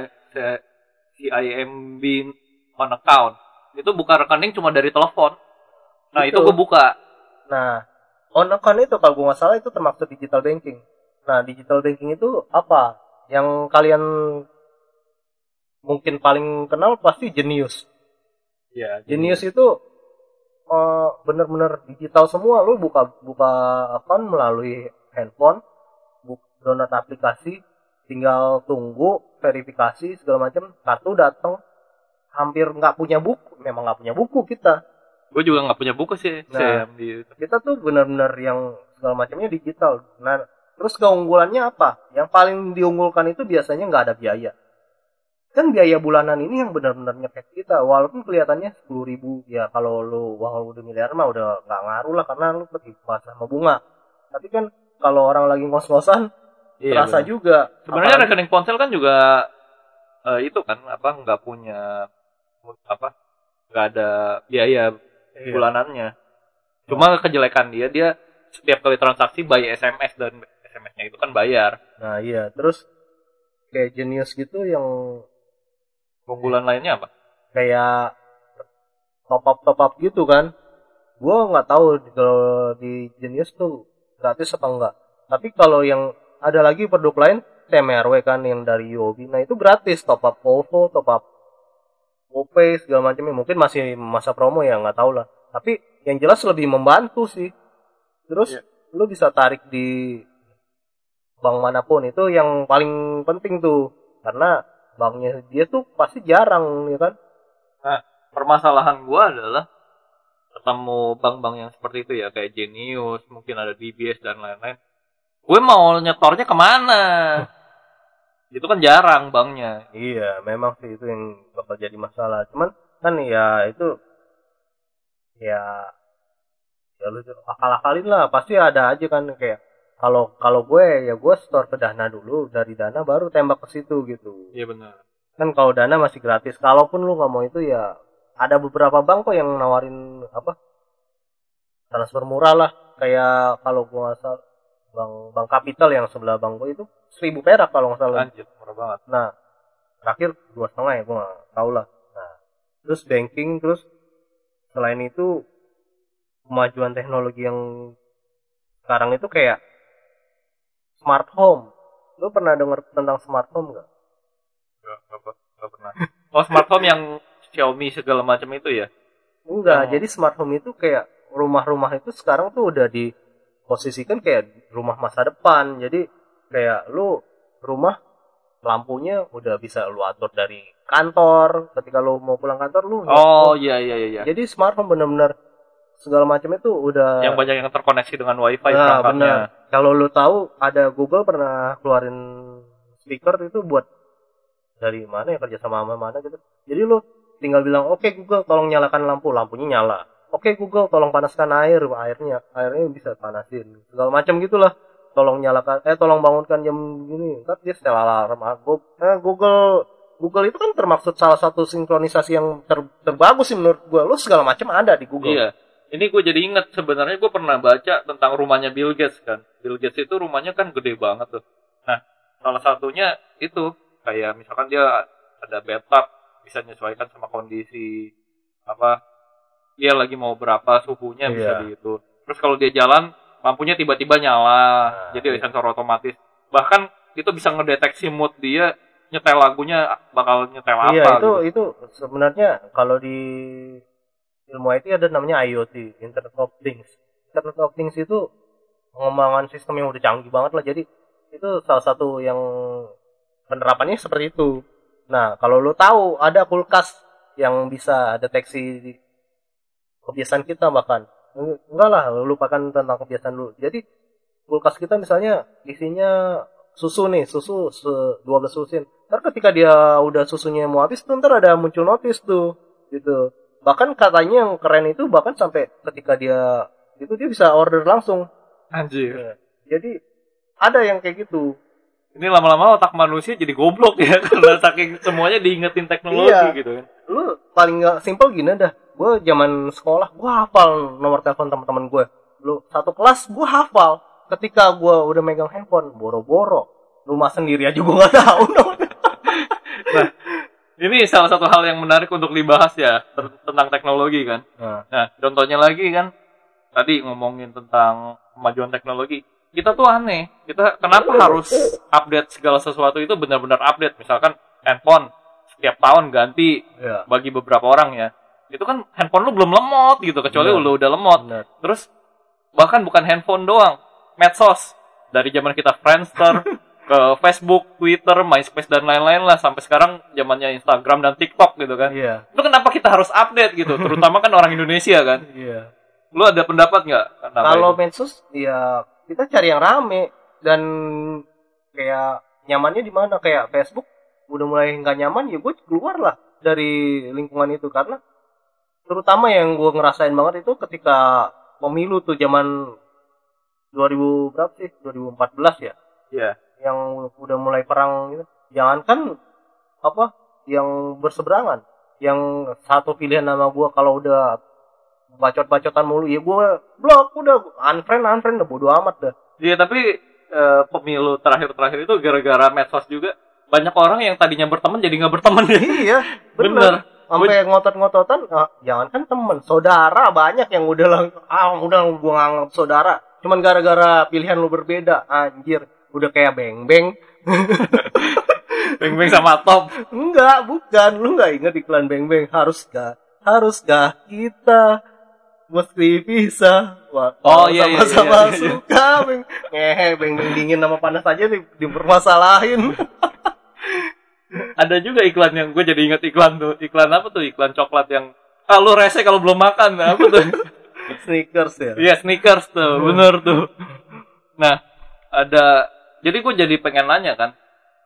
CIMB on account. Itu buka rekening cuma dari telepon. Nah, itu gue buka. Nah, on account itu kalau gue nggak salah itu termasuk digital banking. Nah, digital banking itu apa? Yang kalian mungkin paling kenal pasti Genius. Ya, Genius itu bener-bener digital semua. Lu buka account melalui handphone, download aplikasi, tinggal tunggu verifikasi segala macam, kartu datang. Hampir nggak punya buku, memang nggak punya buku kita. Gue juga nggak punya buku sih. Nah, kita tuh benar-benar yang segala macamnya digital. Nah, terus keunggulannya apa? Yang paling diunggulkan itu biasanya nggak ada biaya. Kan biaya bulanan ini yang benar-benar nyepet kita. Walaupun kelihatannya 10.000, ya kalau lu uang udah miliar mah udah nggak ngaruh lah karena lu pergi sama bunga. Tapi kan kalau orang lagi ngos-ngosan, terasa bener. juga. Sebenarnya rekening ponsel kan juga itu kan nggak punya nggak ada biaya bulanannya. Cuma kejelekan dia setiap kali transaksi by SMS dan SMS-nya itu kan bayar. Nah iya, terus kayak Genius gitu yang keunggulan lainnya apa? Kayak top up gitu kan. Gua nggak tahu kalau di Genius tuh gratis apa enggak. Tapi kalau yang ada lagi produk lain TMRW kan yang dari UOB, nah itu gratis, top up OVO, top up GoPay segala macamnya. Mungkin masih masa promo ya, nggak tahu lah. Tapi yang jelas lebih membantu sih. Terus lu bisa tarik di bank manapun, itu yang paling penting tuh, karena banknya dia tuh pasti jarang ya kan. Nah, permasalahan gua adalah ketemu bank-bank yang seperti itu ya, kayak Genius, mungkin ada DBS dan lain-lain. Gue mau nyetornya kemana? Itu kan jarang banknya. Iya, memang sih itu yang bakal jadi masalah. Cuman kan ya itu ya lu akal-akalin lah, pasti ada aja kan. Kayak kalau gue store ke Dana dulu, dari Dana baru tembak ke situ gitu. Iya benar. Kan kalau Dana masih gratis. Kalaupun lu nggak mau itu ya ada beberapa bank kok yang nawarin transfer murah lah. Kayak kalau gue nggak salah Bank Kapital yang sebelah bank gue itu 1.000 perak kalau nggak salah. Anjir, murah banget. Nah, terakhir 2,5 ya, gue nggak tahu lah. Nah, terus banking, terus selain itu kemajuan teknologi yang sekarang itu kayak smart home. Lu pernah dengar tentang smart home nggak? Nggak pernah. Oh, smart home yang Xiaomi segala macam itu ya? Enggak, jadi smart home itu kayak rumah-rumah itu sekarang tuh udah diposisikan kayak rumah masa depan. Jadi kayak lu rumah lampunya udah bisa lu atur dari kantor, ketika lu mau pulang kantor lu. Iya. Jadi smart home benar-benar segala macam itu udah yang banyak yang terkoneksi dengan wifi perangkatnya. perangkatnya. Kalau lu tahu ada Google pernah keluarin speaker itu buat dari mana ya, kerja sama mana gitu. Jadi lu tinggal bilang, "Oke, Google tolong nyalakan lampu." Lampunya nyala. "Oke, Google tolong panaskan airnya bisa panasin." Segala macam gitulah. Tolong bangunkan jam gini. Ntar dia setel alarm. Google itu kan termaksud salah satu sinkronisasi yang terbagus sih menurut gue. Lu segala macam ada di Google. Iya. Ini gue jadi ingat, sebenarnya gue pernah baca tentang rumahnya Bill Gates kan. Bill Gates itu rumahnya kan gede banget tuh. Nah, salah satunya itu kayak misalkan dia ada bathtub, bisa menyesuaikan sama kondisi apa dia lagi mau berapa suhunya bisa Iya. di itu. Terus kalau dia jalan lampunya tiba-tiba nyala, jadi iya. sensor otomatis. Bahkan itu bisa ngedeteksi mood dia, nyetel lagunya bakal nyetel apa Iya, gitu. itu sebenarnya kalau di ilmu IT ada namanya IoT, Internet of Things. Internet of Things itu pengembangan sistem yang udah canggih banget lah. Jadi itu salah satu yang penerapannya seperti itu. Nah, kalau lo tahu ada kulkas yang bisa deteksi kebiasaan kita, bahkan enggak lah, lupakan tentang kebiasaan lu. Jadi kulkas kita misalnya isinya susu nih, susu 12 susin. Ntar ketika dia udah susunya mau habis tuh, ntar ada muncul notis tuh gitu. Bahkan katanya yang keren itu bahkan sampai ketika dia itu dia bisa order langsung. Anjir. Ya. Jadi ada yang kayak gitu. Ini lama-lama otak manusia jadi goblok ya karena saking semuanya diingetin teknologi Iya. gitu kan. Lu paling nggak simpel gini dah. Gue zaman sekolah gue hafal nomor telepon teman-teman gue. Lu satu kelas gue hafal. Ketika gue udah megang handphone, boro-boro rumah sendiri aja gue nggak tahu. Nah, ini salah satu hal yang menarik untuk dibahas ya tentang teknologi kan. Nah, contohnya lagi kan tadi ngomongin tentang kemajuan teknologi. Kita tuh aneh. Kita kenapa harus update segala sesuatu itu benar-benar update? Misalkan handphone setiap tahun ganti Ya. bagi beberapa orang ya. Itu kan handphone lu belum lemot gitu kecuali Benar. lu udah lemot. Benar. Terus bahkan bukan handphone doang, medsos dari zaman kita Friendster ke Facebook, Twitter, MySpace dan lain-lain lah sampai sekarang zamannya Instagram dan TikTok gitu kan. Iya. Itu kenapa kita harus update gitu? Terutama kan orang Indonesia kan. Iya. Lu ada pendapat nggak? Kenapa Kalau itu? medsos ya kita cari yang rame dan kayak nyamannya di mana, kayak Facebook udah mulai nggak nyaman ya gue keluar lah dari lingkungan itu, karena terutama yang gue ngerasain banget itu ketika pemilu tuh zaman 2000 berapa sih 2014 ya, Iya. yang udah mulai perang gitu. Jangankan apa yang berseberangan, yang satu pilihan nama gue kalau udah bacot-bacotan mulu ya gue blok, udah unfriend udah bodo amat dah. Iya, tapi pemilu terakhir itu gara-gara medsos juga banyak orang yang tadinya berteman jadi nggak berteman ya. Iya, Bener. bener. Sampai ngotot-ngototan, jangankan temen, saudara banyak yang udah gue nganggap saudara. Cuman gara-gara pilihan lu berbeda, anjir, udah kayak beng-beng. Beng-beng sama top. Enggak, bukan. Lu nggak inget iklan beng-beng? Haruskah kita mesti bisa? Wah, Oh, iya, iya, sama-sama iya. suka. Beng-beng dingin sama panas aja dipermasalahin. Ada juga iklan yang gue jadi inget iklan tuh. Iklan apa tuh? Iklan coklat yang lu rese kalau belum makan. Apa tuh? Sneakers ya. Iya, Snickers tuh. Bener tuh. Nah, jadi gue jadi pengen nanya kan.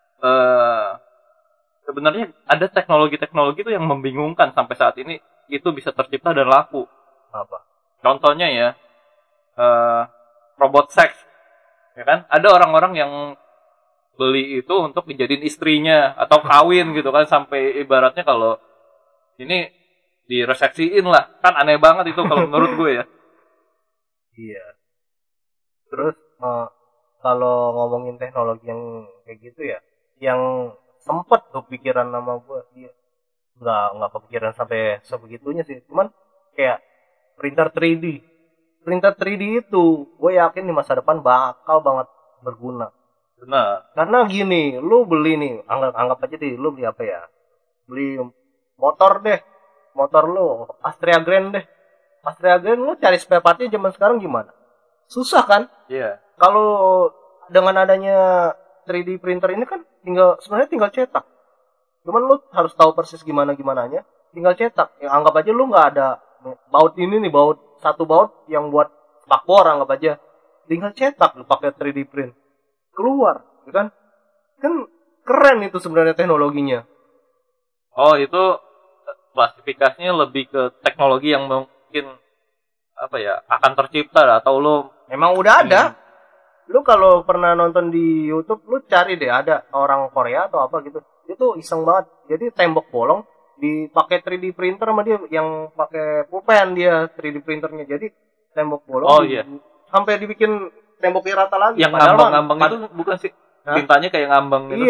Sebenarnya ada teknologi-teknologi tuh yang membingungkan sampai saat ini itu bisa tercipta dan laku. Apa? Contohnya ya, robot seks. Ya kan? Ada orang-orang yang beli itu untuk dijadiin istrinya atau kawin gitu kan, sampai ibaratnya kalau ini diresepsiin lah, kan aneh banget itu kalau menurut gue ya. Iya. Terus kalau ngomongin teknologi yang kayak gitu ya, yang sempet kepikiran sama gue, iya, nggak kepikiran sampai sebegitunya sih. Cuman kayak printer 3D itu, gue yakin di masa depan bakal banget berguna. Benar. Karena gini, lu beli nih, anggap aja deh, lu beli apa ya? Beli motor deh, motor lu Astrea Grand deh. Astrea Grand lu cari spare partnya zaman sekarang gimana? Susah kan? Iya. Kalau dengan adanya 3D printer ini kan sebenarnya tinggal cetak. Cuman lu harus tahu persis gimananya, tinggal cetak. Ya, anggap aja lu nggak ada baut ini nih, satu baut yang buat spakbor, anggap aja. Tinggal cetak lu pakai 3D print. Keluar, ya kan? Kan keren itu sebenarnya teknologinya. Oh, itu klasifikasinya lebih ke teknologi yang mungkin apa ya, akan tercipta atau lo Memang udah ada. Lu kalau pernah nonton di YouTube, lu cari deh, ada orang Korea atau apa gitu. Itu iseng banget. Jadi tembok bolong dipakai 3D printer sama dia yang pakai pulpen, dia 3D printernya. Jadi tembok bolong. Oh iya. Sampai dibikin temboknya rata lagi. yang Padahal ngambang-ngambang itu bukan sih? Hah? Tintanya kayak ngambang gitu. Iya,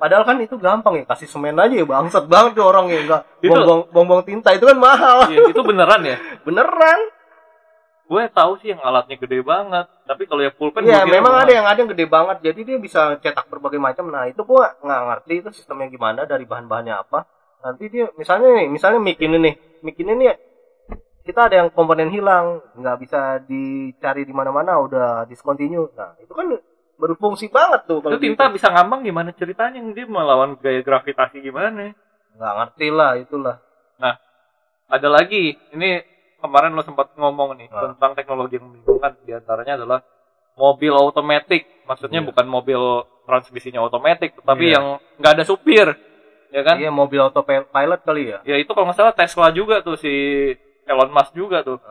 Padahal kan itu gampang ya, kasih semen aja ya, bangsat banget tuh orang ya, enggak Itu- buang-buang tinta itu kan mahal. Iya, itu beneran ya? Beneran. Gue tahu sih yang alatnya gede banget, tapi kalau yang pulpen Iya, gue kira memang mahal. ada yang gede banget, jadi dia bisa cetak berbagai macam. Nah, itu gua nggak ngerti itu sistemnya gimana, dari bahan-bahannya apa. Nanti dia misalnya mic ini nih kita ada yang komponen hilang, nggak bisa dicari di mana-mana, udah discontinue. Nah, itu kan berfungsi banget tuh Itu kalau tinta gitu. bisa ngambang gimana ceritanya? Dia melawan gaya gravitasi gimana? Nggak ngerti lah itulah. Nah, ada lagi. Ini kemarin lo sempat ngomong nih tentang teknologi yang membingungkan. Di antaranya adalah mobil otomatis. Maksudnya bukan mobil transmisinya otomatis, tetapi yang nggak ada supir, ya kan? Iya, mobil autopilot kali ya. Ya itu kalau nggak salah Tesla juga tuh, si Elon Musk juga tuh.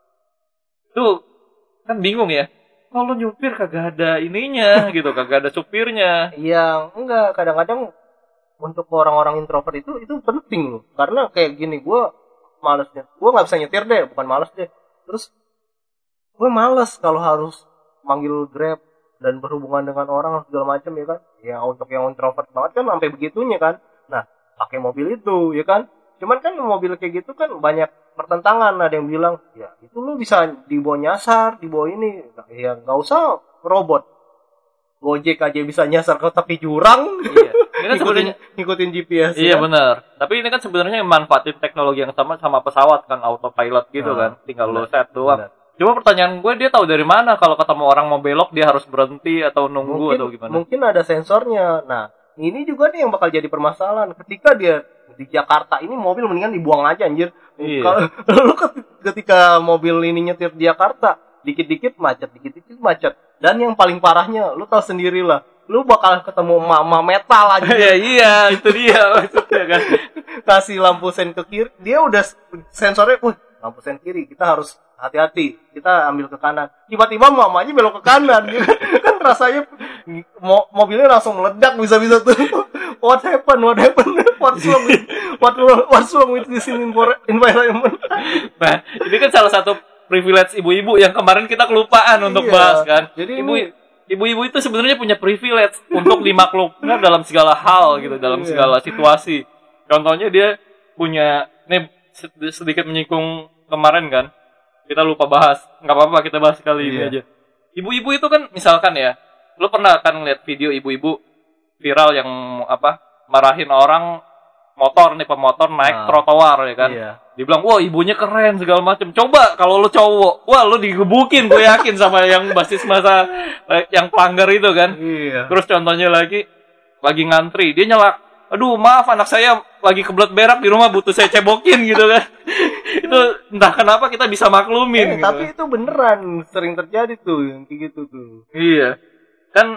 Itu kan bingung ya. Kalau nyupir kagak ada ininya gitu, kagak ada supirnya. Iya, enggak, kadang-kadang untuk orang-orang introvert itu penting loh. Karena kayak gini, gue nggak bisa nyetir deh, bukan males deh. Terus gue males kalau harus manggil Grab dan berhubungan dengan orang segala macam ya kan. Ya untuk yang introvert banget kan sampai begitunya kan. Nah, pakai mobil itu ya kan. Cuman kan mobil kayak gitu kan banyak pertentangan. Ada yang bilang, ya itu lu bisa dibawa nyasar, dibawa ini. Ya nggak usah robot. Gojek aja bisa nyasar ke tepi jurang. Iya. Ini kan sebenarnya ngikutin GPS. iya kan? benar. Tapi ini kan sebenarnya manfaatin teknologi yang sama pesawat kan, autopilot gitu kan. Tinggal lo set doang. Cuma pertanyaan gue, dia tahu dari mana kalau ketemu orang mau belok dia harus berhenti atau nunggu atau gimana? Mungkin ada sensornya. Nah, ini juga nih yang bakal jadi permasalahan. Ketika dia di Jakarta ini mobil mendingan dibuang aja anjir. Iya. Kalau lu ketika mobil ini nyetir di Jakarta, dikit-dikit macet. Dan yang paling parahnya, lu tahu sendiri lah. Lu bakal ketemu mama metal aja. Ya iya, itu dia maksudnya kan. Kasih lampu sen ke kiri, dia udah sensornya, lampu sen kiri, kita harus hati-hati, kita ambil ke kanan. Tiba-tiba mamanya belok ke kanan, gitu. Kan rasanya mobilnya langsung meledak bisa-bisa tuh. What happened? What's wrong with this environment? Nah, ini kan salah satu privilege ibu-ibu yang kemarin kita kelupaan untuk bahas kan. Jadi ibu-ibu itu sebenarnya punya privilege untuk dimaklumkan dalam segala hal gitu, dalam segala situasi. Contohnya dia punya, ini sedikit menyinggung kemarin kan, kita lupa bahas, nggak apa-apa kita bahas kali ini aja. Ibu-ibu itu kan misalkan ya, lo pernah kan ngeliat video ibu-ibu viral yang marahin orang motor nih, pemotor naik trotoar ya kan. Dibilang, wah ibunya keren segala macam. Coba kalau lo cowok, wah lo digebukin, gue yakin sama yang basis masa yang pelanggar itu kan. Terus contohnya lagi ngantri, dia nyelak, aduh maaf anak saya lagi kebelet berak di rumah, butuh saya cebokin gitu kan. Itu entah kenapa kita bisa maklumin gitu. Tapi itu beneran sering terjadi tuh yang kayak gitu tuh. Iya. Kan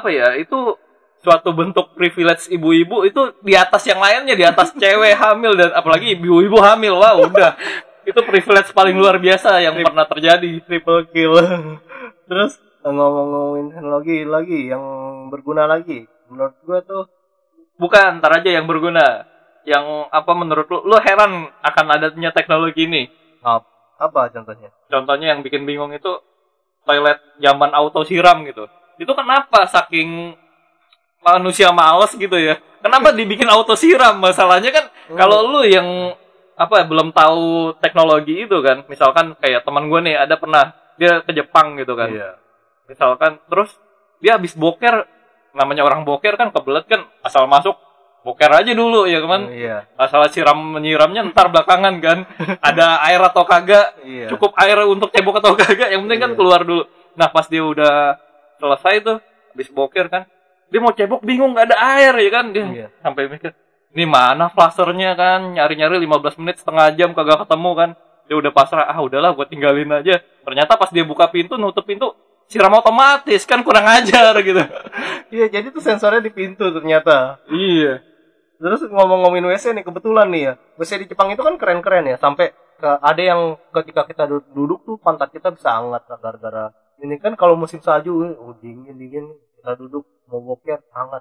itu suatu bentuk privilege ibu-ibu itu di atas yang lainnya, di atas cewek hamil dan apalagi ibu-ibu hamil. Wah, udah. Itu privilege paling luar biasa yang pernah terjadi. Triple kill. Terus ngomongin teknologi lagi yang berguna lagi. Menurut gue tuh bukan, ntar aja yang berguna. Yang menurut lu heran akan adanya teknologi ini? Apa contohnya? Contohnya yang bikin bingung itu toilet zaman auto siram gitu. Itu kenapa saking manusia males gitu ya? Kenapa dibikin auto siram? Masalahnya kan kalau lu yang belum tahu teknologi itu kan, misalkan kayak teman gue nih ada pernah dia ke Jepang gitu kan. Misalkan terus dia habis boker, namanya orang boker kan kebelet kan, asal masuk boker aja dulu ya kan. Asal menyiramnya ntar belakangan kan. Ada air atau kagak, cukup air untuk cebok atau kagak, yang penting kan keluar dulu. Nah pas dia udah selesai tuh habis boker kan, dia mau cebok bingung nggak ada air ya kan, dia sampai mikir ini mana flashernya kan, nyari-nyari 15 menit setengah jam kagak ketemu kan. Dia udah pasrah, udahlah gue tinggalin aja. Ternyata pas dia buka pintu, nutup pintu, siram otomatis kan, kurang ajar gitu. Iya, jadi tuh sensornya di pintu ternyata. Iya. Terus ngomong-ngomongin WC nih, kebetulan nih ya, WC di Jepang itu kan keren-keren ya, sampai ada yang ketika kita duduk tuh pantat kita bisa hangat gara-gara ini kan. Kalau musim salju dingin kita duduk mau boker hangat,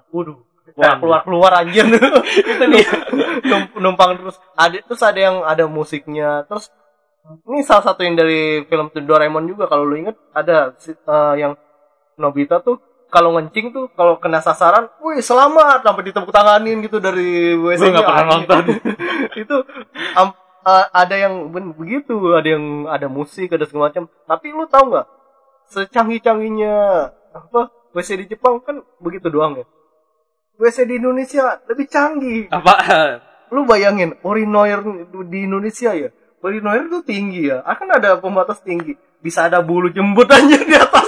keluar anjir. Itu dia numpang terus ada yang ada musiknya. Terus ini salah satu yang dari film Doraemon juga, kalau lu inget ada yang Nobita tuh kalau ngencing tuh kalau kena sasaran, wih selamat sampai ditepuk tanganin gitu dari WC. Gue nggak pernah nonton. Itu ada yang begitu, ada musik, ada segala macam. Tapi lu tahu nggak, secanggih-canggihnya WC di Jepang kan begitu doang ya. WC di Indonesia lebih canggih. Apaan? Lu bayangin urinoir di Indonesia ya. Urinoir tuh tinggi ya. Akan ada pembatas tinggi. Bisa ada bulu jembut aja di atas.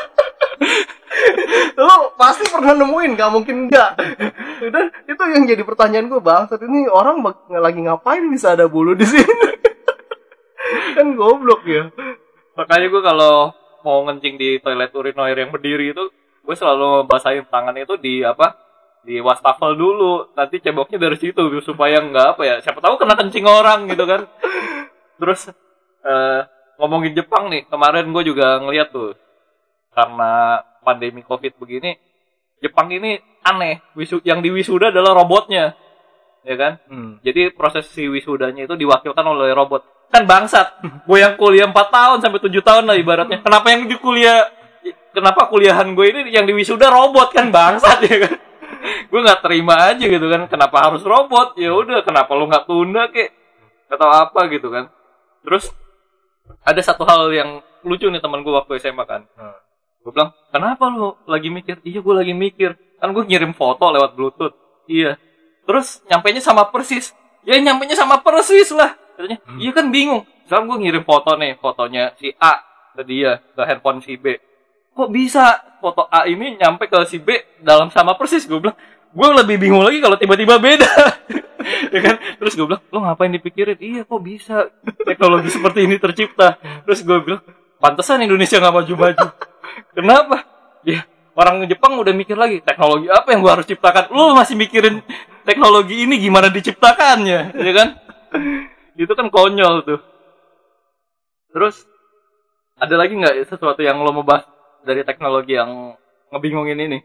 Lu pasti pernah nemuin, gak mungkin enggak. Dan itu yang jadi pertanyaan gue, bangsat ini orang lagi ngapain bisa ada bulu di sini? Kan goblok ya. Makanya gue kalau mau ngencing di toilet urinoir yang berdiri itu, gue selalu basahin tangannya itu di wastafel dulu. Nanti ceboknya dari situ supaya nggak siapa tahu kena kencing orang gitu kan. Terus ngomongin Jepang nih, kemarin gue juga ngeliat tuh, karena pandemi COVID begini, Jepang ini aneh. Yang di wisuda adalah robotnya, ya kan? Jadi proses si wisudanya itu diwakilkan oleh robot. Kan bangsat. Gue yang kuliah 4 tahun sampai 7 tahun lah ibaratnya. Kenapa kuliahan gue ini yang di wisuda robot, kan bangsat ya kan? Gue nggak terima aja gitu kan. Kenapa harus robot? Ya udah, kenapa lu nggak tunda kek? Atau apa gitu kan? Terus ada satu hal yang lucu nih, teman gue waktu SMA kan. Gue bilang, kenapa lu lagi mikir? Iya, gue lagi mikir. Kan gue ngirim foto lewat Bluetooth. Iya. Terus nyampenya sama persis. Ya nyampenya sama persis lah. Katanya, iya kan bingung. Sekarang gue ngirim foto nih, fotonya si A ke dia, ke handphone si B. Kok bisa foto A ini nyampe ke si B dalam sama persis? Gue bilang, gue lebih bingung lagi kalau tiba-tiba beda. Ya kan? Terus gue bilang, lo ngapain dipikirin? Iya, kok bisa teknologi seperti ini tercipta? Terus gue bilang, pantesan Indonesia gak maju-maju. Kenapa? Ya, orang Jepang udah mikir lagi, teknologi apa yang gue harus ciptakan? Lo masih mikirin teknologi ini gimana diciptakannya, ya kan? Itu kan konyol tuh. Terus, ada lagi gak sesuatu yang lo mau bahas dari teknologi yang ngebingungin ini?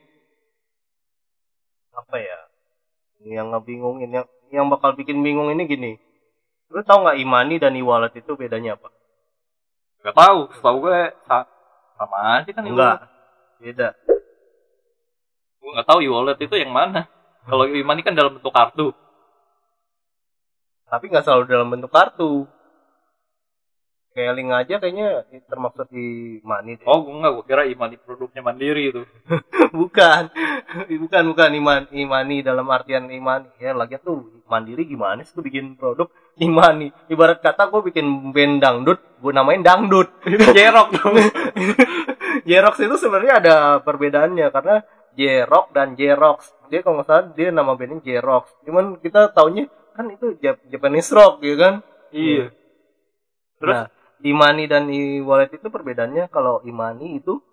Apa ya? Yang ngebingungin, yang bakal bikin bingung ini gini. Lo tau gak e-money dan e-wallet itu bedanya apa? Gak tahu, setahu gue sama aja kan. Enggak, beda. Gue gak tahu e-wallet itu yang mana. Kalau e-money kan dalam bentuk kartu. Tapi gak selalu dalam bentuk kartu. Kayak link aja kayaknya termaksud e-money deh. Oh enggak, gue kira e-money produknya Mandiri itu. bukan e-money dalam artian e-money. Ya lagi tuh Mandiri gimana sih tuh bikin produk e-money. Ibarat kata gue bikin band dangdut, gue namain dangdut. Jerok dong. Jerox itu sebenarnya ada perbedaannya karena Jerok dan Jerox. Dia kalau nggak salah dia nama bandnya Jerox. Cuman kita taunya kan itu Japanese rock ya kan. Iya. Terus nah, e-money dan e-wallet itu perbedaannya, kalau e-money itu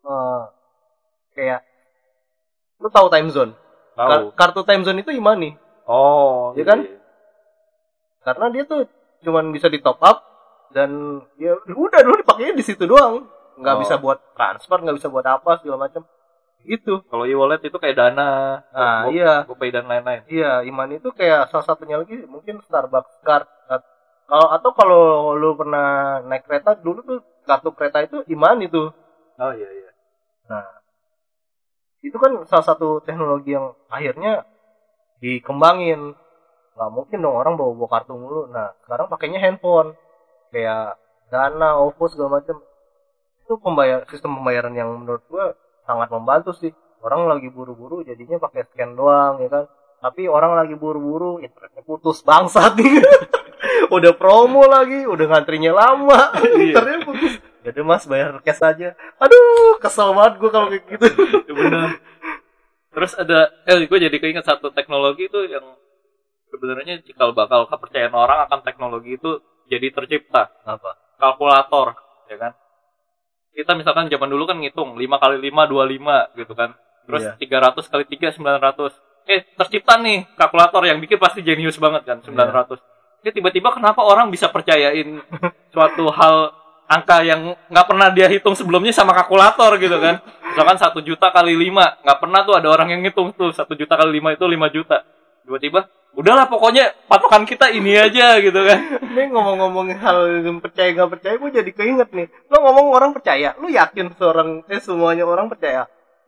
kayak lu tahu time zone? Tahu. Kartu time zone itu e-money. Oh, ya kan? Karena dia tuh cuman bisa di top up dan ya udah dulu dipakainya di situ doang. Nggak bisa buat transfer, nggak bisa buat apa segala macam. Gitu. Kalau e-wallet itu kayak Dana, iya. GoPay dan lain-lain. Iya, e-money itu kayak salah satunya lagi mungkin Starbucks card. Atau kalau lu pernah naik kereta dulu tuh kartu kereta itu e-money tuh. Oh iya. Nah, itu kan salah satu teknologi yang akhirnya dikembangin. Nggak mungkin dong orang bawa kartu mulu. Nah, sekarang pakainya handphone. Kayak Dana, OVO segala macam. Itu sistem pembayaran yang menurut gua sangat membantu sih. Orang lagi buru-buru jadinya pakai scan doang ya kan. Tapi orang lagi buru-buru internetnya putus, bangsat nih. Udah promo lagi, udah ngantrinya lama, internetnya putus. Jadi mas bayar cash aja. Aduh, kesel banget gue kalau kayak gitu. Ya benar. Terus ada, gue jadi keinget satu teknologi itu yang sebenarnya cikal bakal kepercayaan orang akan teknologi itu jadi tercipta. Apa? Kalkulator, ya kan? Kita misalkan zaman dulu kan ngitung 5 kali 5 25 gitu kan. Terus 300 kali 3 900. Tercipta nih kalkulator, yang bikin pasti jenius banget kan, 900. Tiba-tiba kenapa orang bisa percayain suatu hal angka yang nggak pernah dia hitung sebelumnya sama kalkulator gitu kan. Misalkan 1 juta kali 5, nggak pernah tuh ada orang yang ngitung tuh 1 juta kali 5 itu 5 juta. Tiba-tiba udahlah pokoknya patokan kita ini aja gitu kan. Ini ngomong-ngomongin hal yang percaya nggak percaya, gue jadi keinget nih. Lo ngomong orang percaya, lo yakin semuanya orang percaya?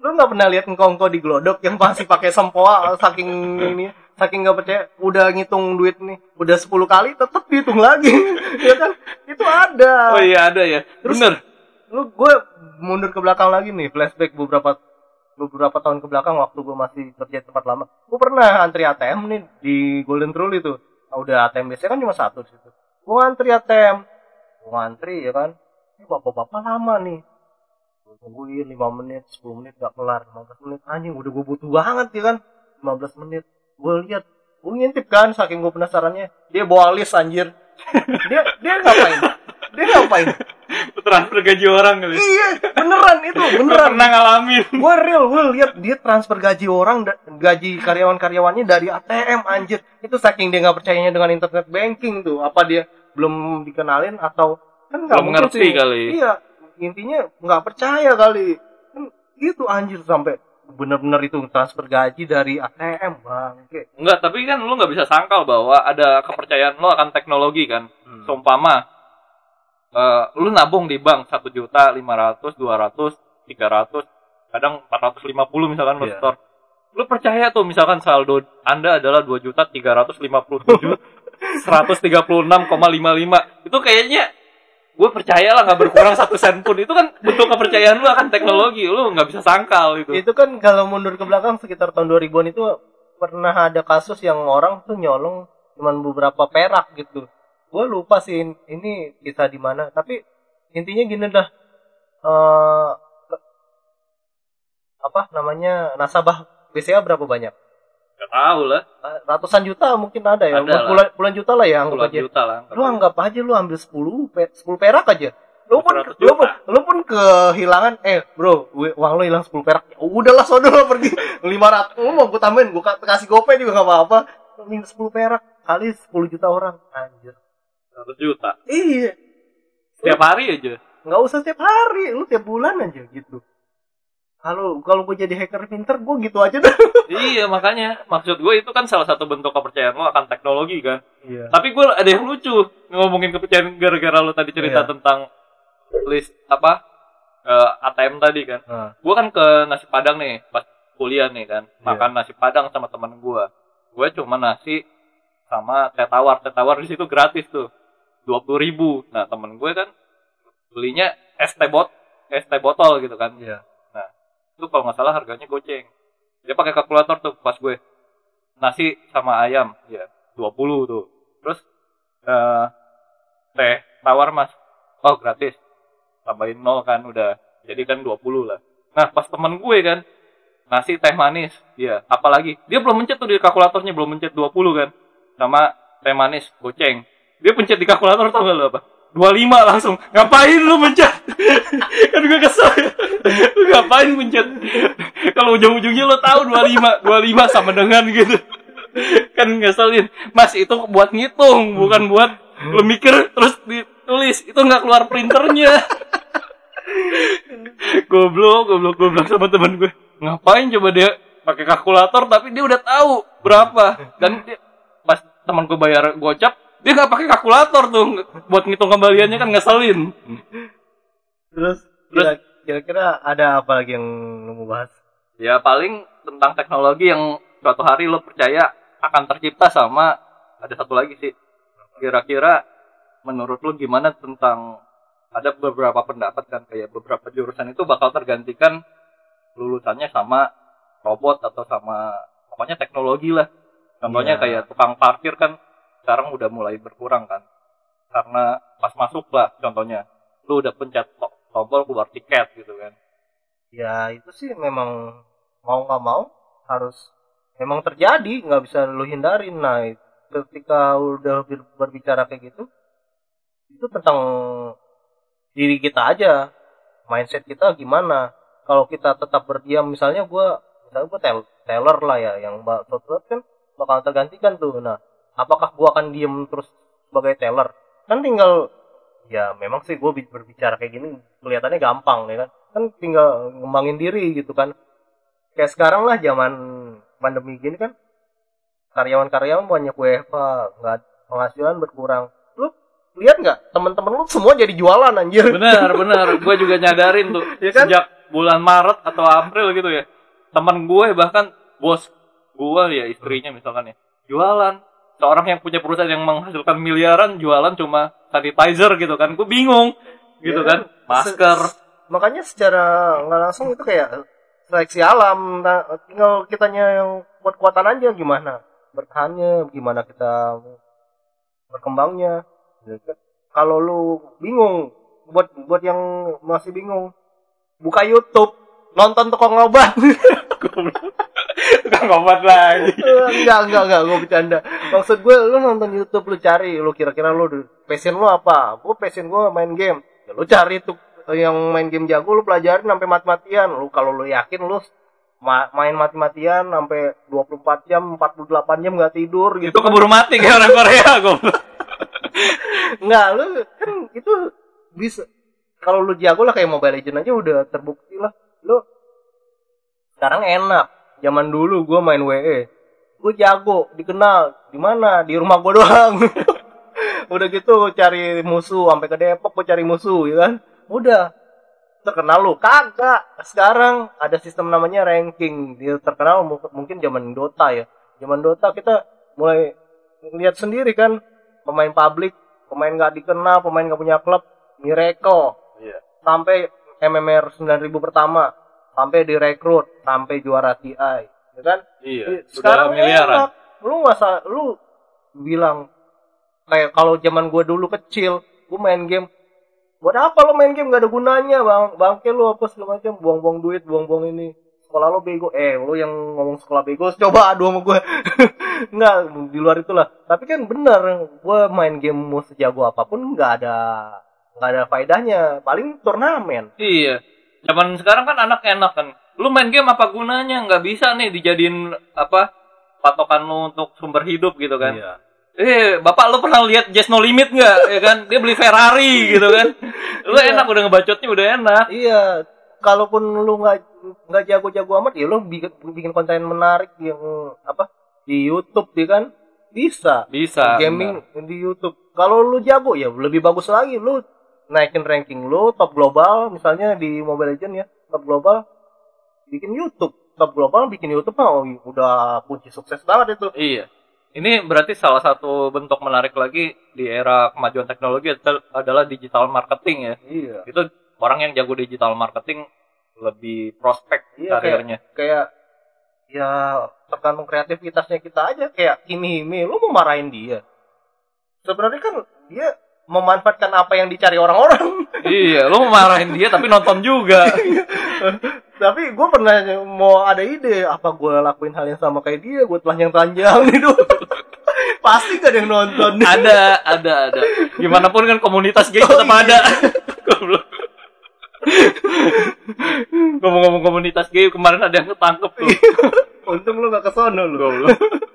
Lu nggak pernah lihat ngkongko di Glodok yang masih pakai sempoa saking nggak percaya, udah ngitung duit nih udah 10 kali tetap dihitung lagi. Ya kan, itu ada. Oh iya ada ya. Terus, bener. Gue mundur ke belakang lagi nih, flashback beberapa tahun ke belakang waktu gue masih kerja di tempat lama. Gue pernah antri ATM nih di Golden Rule itu. Udah ATM biasanya kan cuma satu di situ. Gue ngantri ATM, ya kan. Ini bapak-bapak lama nih. Gue tungguin 5 menit, 10 menit gak kelar, 15 menit. Anjing, udah gue butuh banget ya kan. 15 menit. Gue lihat, gue ngintip kan, saking gue penasarannya. Dia bawa list anjir. Dia ngapain? Transfer gaji orang kali. Iya, beneran. Pernah ngalamin. Gue lihat dia transfer gaji orang, gaji karyawan-karyawannya dari ATM anjir. Itu saking dia nggak percayanya dengan internet banking tuh. Apa dia belum dikenalin atau kan nggak belum ngerti sih. kali. Iya, intinya nggak percaya kali. Kan itu anjir sampai bener-bener itu transfer gaji dari ATM bang. Enggak, tapi kan lu nggak bisa sangkal bahwa ada kepercayaan lo akan teknologi kan. Seumpama lu nabung di bank 1.500.000, 200, 300, kadang 450 misalkan lo store. Lu percaya tuh misalkan saldo Anda adalah 2.357.136,55. Itu kayaknya gue percaya lah, nggak berkurang 1 sen pun. Itu kan bentuk kepercayaan lu akan teknologi. Lu nggak bisa sangkal itu. Itu kan kalau mundur ke belakang sekitar tahun 2000-an itu pernah ada kasus yang orang tuh nyolong cuman beberapa perak gitu. Gue lupa sih ini kisah di mana, tapi intinya gini dah, nasabah BCA berapa banyak? Gak tahu lah. Ratusan juta mungkin ada ya, puluhan juta lah ya anggap aja. Juta lah. Lu anggap aja lu ambil 10 perak aja. Lu pun kehilangan, bro, uang lu hilang 10 perak. Udahlah saudara pergi 500. Lu mau gue tambahin, gue kasih gopay juga gak apa-apa. Minus 10 perak kali 10 juta orang, anjir. 100 juta. Iya. Setiap hari aja. Nggak usah setiap hari, lu tiap bulan aja gitu. Kalau gue jadi hacker pinter, gue gitu aja dah. Iya, makanya maksud gue itu kan salah satu bentuk kepercayaan lo akan teknologi kan. Iya. Tapi gue ada yang lucu ngomongin kepercayaan gara-gara lo tadi cerita tentang list ATM tadi kan. Gue kan ke nasi Padang nih pas kuliah nih kan, makan nasi Padang sama teman gue. Gue cuma nasi sama teh tawar di situ gratis tuh. 20.000. Nah, temen gue kan belinya es teh botol gitu kan. Iya. Nah, itu kalau nggak salah harganya goceng. Dia pakai kalkulator tuh pas gue. Nasi sama ayam, ya 20 tuh. Terus teh tawar Mas. Oh, gratis. Tambahin 0 kan udah. Jadi kan 20 lah. Nah, pas temen gue kan nasi teh manis, ya, apalagi dia belum mencet tuh di kalkulatornya, belum mencet 20 kan. Sama teh manis goceng. Dia pencet di kalkulator tau gak lo apa? 25 langsung. Ngapain lu mencet? Kan gue kesel. Lu ngapain mencet? Kalau ujung-ujungnya lo tahu 25 sama dengan gitu. Kan ngeselin. Mas, itu buat ngitung, bukan buat lu mikir terus ditulis. Itu enggak keluar printernya. Goblok sama teman gue. Ngapain coba dia pakai kalkulator tapi dia udah tahu berapa. Dan dia, pas teman gue bayar gocap, dia nggak pakai kalkulator tuh buat ngitung kembaliannya, kan ngeselin. Terus kira-kira ada apa lagi yang lu mau bahas? Ya paling tentang teknologi yang suatu hari lo percaya akan tercipta, sama ada satu lagi sih. Kira-kira menurut lo gimana tentang, ada beberapa pendapat kan, kayak beberapa jurusan itu bakal tergantikan lulusannya sama robot atau sama pokoknya teknologi lah. Contohnya kayak tukang parkir kan sekarang udah mulai berkurang kan. Karena pas masuk lah contohnya, lu udah pencet tombol keluar tiket gitu kan. Ya itu sih memang mau nggak mau harus memang terjadi, nggak bisa lu hindarin. Nah ketika udah berbicara kayak gitu, itu tentang diri kita aja, mindset kita gimana. Kalau kita tetap berdiam, misalnya gue teller lah ya, yang software kan bakal tergantikan tuh. Nah apakah gue akan diem terus sebagai teller? Kan tinggal, ya memang sih gue berbicara kayak gini kelihatannya gampang ya kan. Kan tinggal ngembangin diri gitu kan. Kayak sekarang lah zaman pandemi gini kan, karyawan-karyawan banyak WFH, nggak, penghasilan berkurang. Lu lihat nggak, teman-teman lu semua jadi jualan anjir. Benar, gue juga nyadarin tuh. Ya kan? Sejak bulan Maret atau April gitu ya, teman gue bahkan bos gue ya, istrinya misalkan ya, jualan. Seorang yang punya perusahaan yang menghasilkan miliaran jualan cuma sanitizer gitu kan. Gue bingung gitu kan. Masker. Makanya secara nggak langsung itu kayak seleksi alam. Nah, tinggal kitanya yang kuat-kuatan aja gimana bertahannya, gimana kita berkembangnya. Kalau lu bingung, buat yang masih bingung, buka YouTube, nonton tukang obat. Tukang obat lagi. Enggak, gue bercanda. Maksud gue, lu nonton YouTube, lu cari, lu kira-kira lu passion lu apa? Gue passion gue main game. Ya, lu cari tuh yang main game jago, lu pelajarin sampai mati-matian. Lu kalau lu yakin lu main mati-matian sampai 24 jam, 48 jam enggak tidur gitu. Itu keburu mati kayak orang Korea, goblok. Enggak, lu kan itu bisa. Kalau lu jago lah kayak Mobile Legends aja udah terbukti lah. Lu sekarang enak. Zaman dulu gue main WE, gue jago, dikenal di mana? Di rumah gue doang. Udah gitu cari musuh sampai ke Depok gue cari musuh, ya kan? Udah terkenal lu kagak. Sekarang ada sistem namanya ranking. Dia terkenal mungkin zaman Dota ya. Zaman Dota kita mulai lihat sendiri kan, pemain publik, pemain nggak dikenal, pemain nggak punya klub, Miracle. Iya. Sampai MMR 9.000 pertama, sampai direkrut, sampai juara TI, ya kan? Iya. Sekarang miliaran. enak. Lu bilang kayak kalau zaman gue dulu kecil, gue main game. Buat apa lo main game gak ada gunanya, bang? Bangke lu apa segala macam, buang-buang duit, buang-buang ini. Sekolah lo bego. Lu yang ngomong sekolah bego, coba adu sama gue. Enggak, di luar itulah. Tapi kan bener, gue main game mau sejago apapun nggak ada faedahnya. Paling turnamen. Iya. Zaman sekarang kan anak enak kan. Lu main game apa gunanya? Nggak bisa nih dijadiin patokan lu untuk sumber hidup gitu kan. Iya. Bapak lu pernah lihat Just No Limit nggak? Ya kan, dia beli Ferrari gitu kan. Lu enak udah ngebacotnya udah enak. Iya, kalaupun lu nggak jago-jago amat, ya lu bikin konten menarik yang di YouTube, ya kan? Bisa. Gaming benar. Di YouTube. Kalau lu jago ya lebih bagus lagi, lu naikin ranking lu top global, misalnya di Mobile Legends ya, top global bikin YouTube. Top global bikin YouTube udah kunci sukses banget itu. Iya. Ini berarti salah satu bentuk menarik lagi di era kemajuan teknologi adalah digital marketing ya. Iya. Itu orang yang jago digital marketing lebih prospek karirnya. Kayak ya tergantung kreativitasnya kita aja. Kayak Kimi Hime, lu mau marahin dia. Sebenarnya kan dia memanfaatkan apa yang dicari orang-orang. Iya, lu mau marahin dia tapi nonton juga. Tapi gue pernah mau ada ide, apa gue lakuin hal yang sama kayak dia, gue telanjang-telanjang gitu. Pasti gak ada yang nonton. Ada. Gimana pun kan komunitas gay tetap ada. Ngomong-ngomong komunitas gay, kemarin ada yang ketangkep tuh. Untung lu gak kesono lu.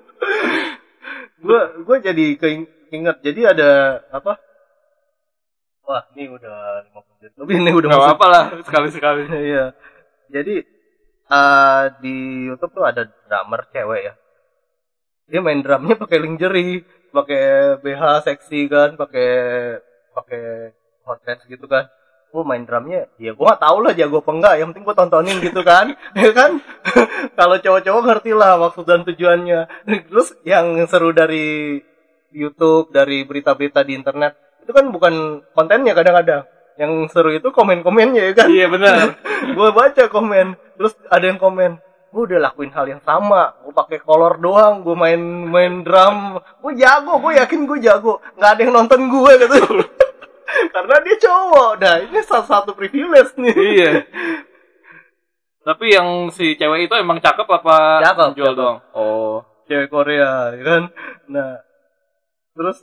Gue jadi keinget, jadi ada apa? Wah, ini udah 50 menit lebih, ini udah. Gak apa-apa lah, sekali-sekali. Iya. Jadi di YouTube tuh ada drummer cewek ya. Dia main drumnya pakai lingerie, pakai BH seksi kan, pakai hot pants gitu kan. Gue main drumnya, ya gue gak tau lah jago apa enggak, yang penting gue tontonin gitu kan. Ya kan? Kalau cowok-cowok ngerti lah maksud dan tujuannya. Terus yang seru dari YouTube, dari berita-berita di internet, itu kan bukan kontennya kadang-kadang. Yang seru itu komen-komennya ya kan. Iya benar. Gue baca komen, terus ada yang komen, gue udah lakuin hal yang sama, gue pakai kolor doang, gue main drum, gue jago, gue yakin gue jago, nggak ada yang nonton gue gitu. Karena dia cowok. Nah ini salah satu privilege nih. Iya. Tapi yang si cewek itu emang cakep apa jual doang? Oh, cewek Korea ya kan. Nah terus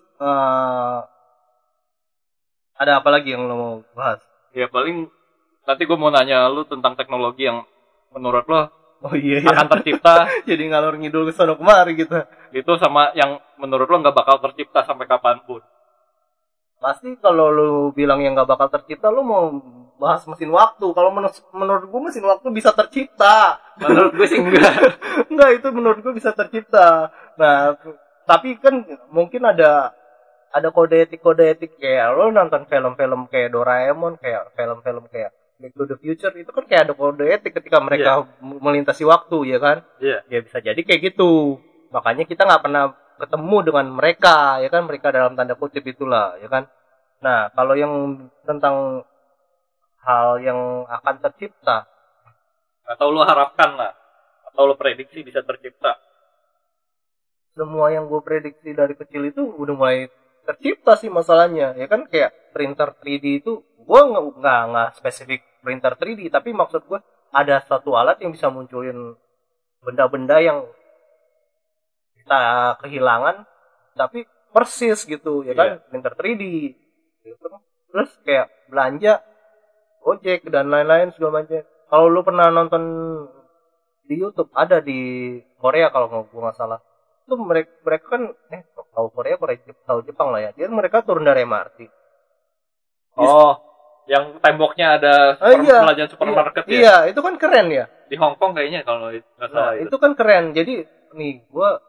ada apa lagi yang lo mau bahas? Ya paling nanti gue mau nanya lu tentang teknologi yang menurut lo akan tercipta. Jadi ngalor ngidul ke sono kemari gitu. Itu sama yang menurut lo nggak bakal tercipta sampai kapanpun. Pasti kalau lu bilang yang nggak bakal tercipta, lu mau bahas mesin waktu. Kalau menurut gue mesin waktu bisa tercipta. Menurut gue sih enggak. Enggak, itu menurut gue bisa tercipta. Nah, tapi kan mungkin ada kode etik kayak lo nonton film-film kayak Doraemon, kayak film-film kayak Back to the Future itu kan kayak ada kode etik ketika mereka melintasi waktu, ya kan? Iya. Ya bisa jadi kayak gitu. Makanya kita nggak pernah ketemu dengan mereka, ya kan? Mereka dalam tanda kutip itulah, ya kan? Nah, kalau yang tentang hal yang akan tercipta, Atau lu harapkan lah, atau lu prediksi bisa tercipta. semua yang gue prediksi dari kecil itu udah mulai tercipta sih masalahnya, ya kan? Kayak printer 3D itu, gue nggak spesifik printer 3D, tapi maksud gue ada satu alat yang bisa munculin benda-benda yang kita kehilangan, tapi persis gitu, ya kan? Printer 3D. Gitu. Terus kayak belanja, Gojek dan lain-lain segala macam. Kalau lu pernah nonton di YouTube, ada di Korea kalau gue nggak salah, itu mereka kan tahu Korea tahu Jepang lah ya, dia mereka turun dari MRT. Oh, yang temboknya ada pelajaran supermarket ya? Iya, itu kan keren ya. Di Hong Kong kayaknya kalau nggak salah. Itu kan keren. Jadi nih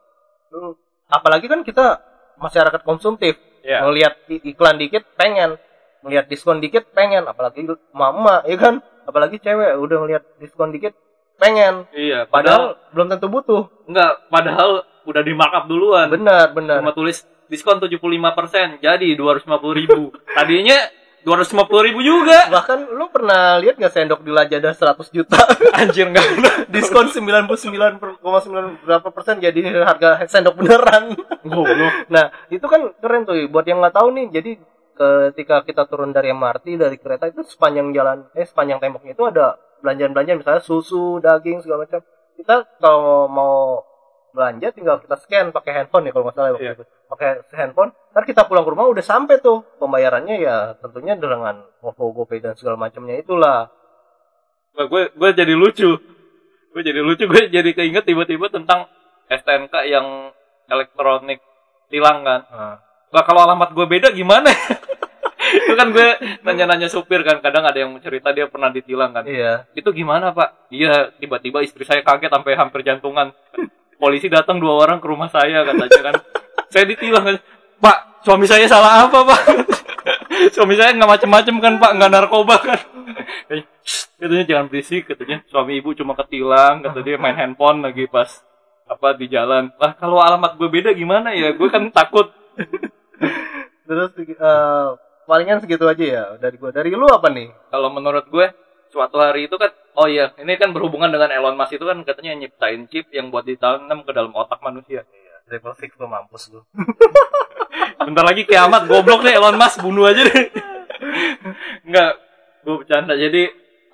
apalagi kan kita masyarakat konsumtif, ngelihat iklan dikit pengen, ngelihat diskon dikit pengen, apalagi mama, ya kan? Apalagi cewek udah ngelihat diskon dikit pengen. Iya, padahal belum tentu butuh. Enggak, padahal udah di markup duluan. Benar. Cuma tulis diskon 75%, jadi 250.000. Tadinya 250.000 juga. Bahkan lu pernah lihat nggak sendok di Lazada 100 juta? Anjir, nggak pernah. Diskon 99,9 berapa persen jadi harga sendok beneran. Nah, itu kan keren tuh. Buat yang nggak tahu nih, jadi ketika kita turun dari MRT, dari kereta itu sepanjang temboknya itu ada belanjaan-belanjaan, misalnya susu, daging, segala macam. Kita kalau mau belanja tinggal kita scan pakai handphone ya kalau nggak salah waktu itu. Pakai handphone, ntar kita pulang ke rumah udah sampai tuh. Pembayarannya ya tentunya dengan OVO, GoPay dan segala macamnya itulah. Gue jadi lucu. Gue jadi keinget tiba-tiba tentang STNK yang elektronik tilang kan. Nah, kalau alamat gue beda gimana? Itu kan gue nanya-nanya supir kan, kadang ada yang cerita dia pernah ditilang kan. Iya. Itu gimana pak? Iya, tiba-tiba istri saya kaget sampai hampir jantungan. Polisi datang 2 orang ke rumah saya katanya kan. Saya ditilang kan. Pak, suami saya salah apa pak? Suami saya nggak macem-macem kan pak, nggak narkoba kan. Katanya jangan berisik, katanya suami ibu cuma ketilang, kata dia main handphone lagi pas di jalan. Lah kalau alamat gue beda gimana ya? Gue kan takut. Terus palingan segitu aja ya dari gue. Dari lu apa nih? Kalau menurut gue suatu hari itu kan, oh iya, ini kan berhubungan dengan Elon Musk itu kan katanya nyiptain chip yang buat ditanam ke dalam otak manusia. Iya, Triple Six lu mampus lu. Bentar lagi kiamat, goblok nih Elon Musk, bunuh aja deh. Enggak, gue bercanda. Jadi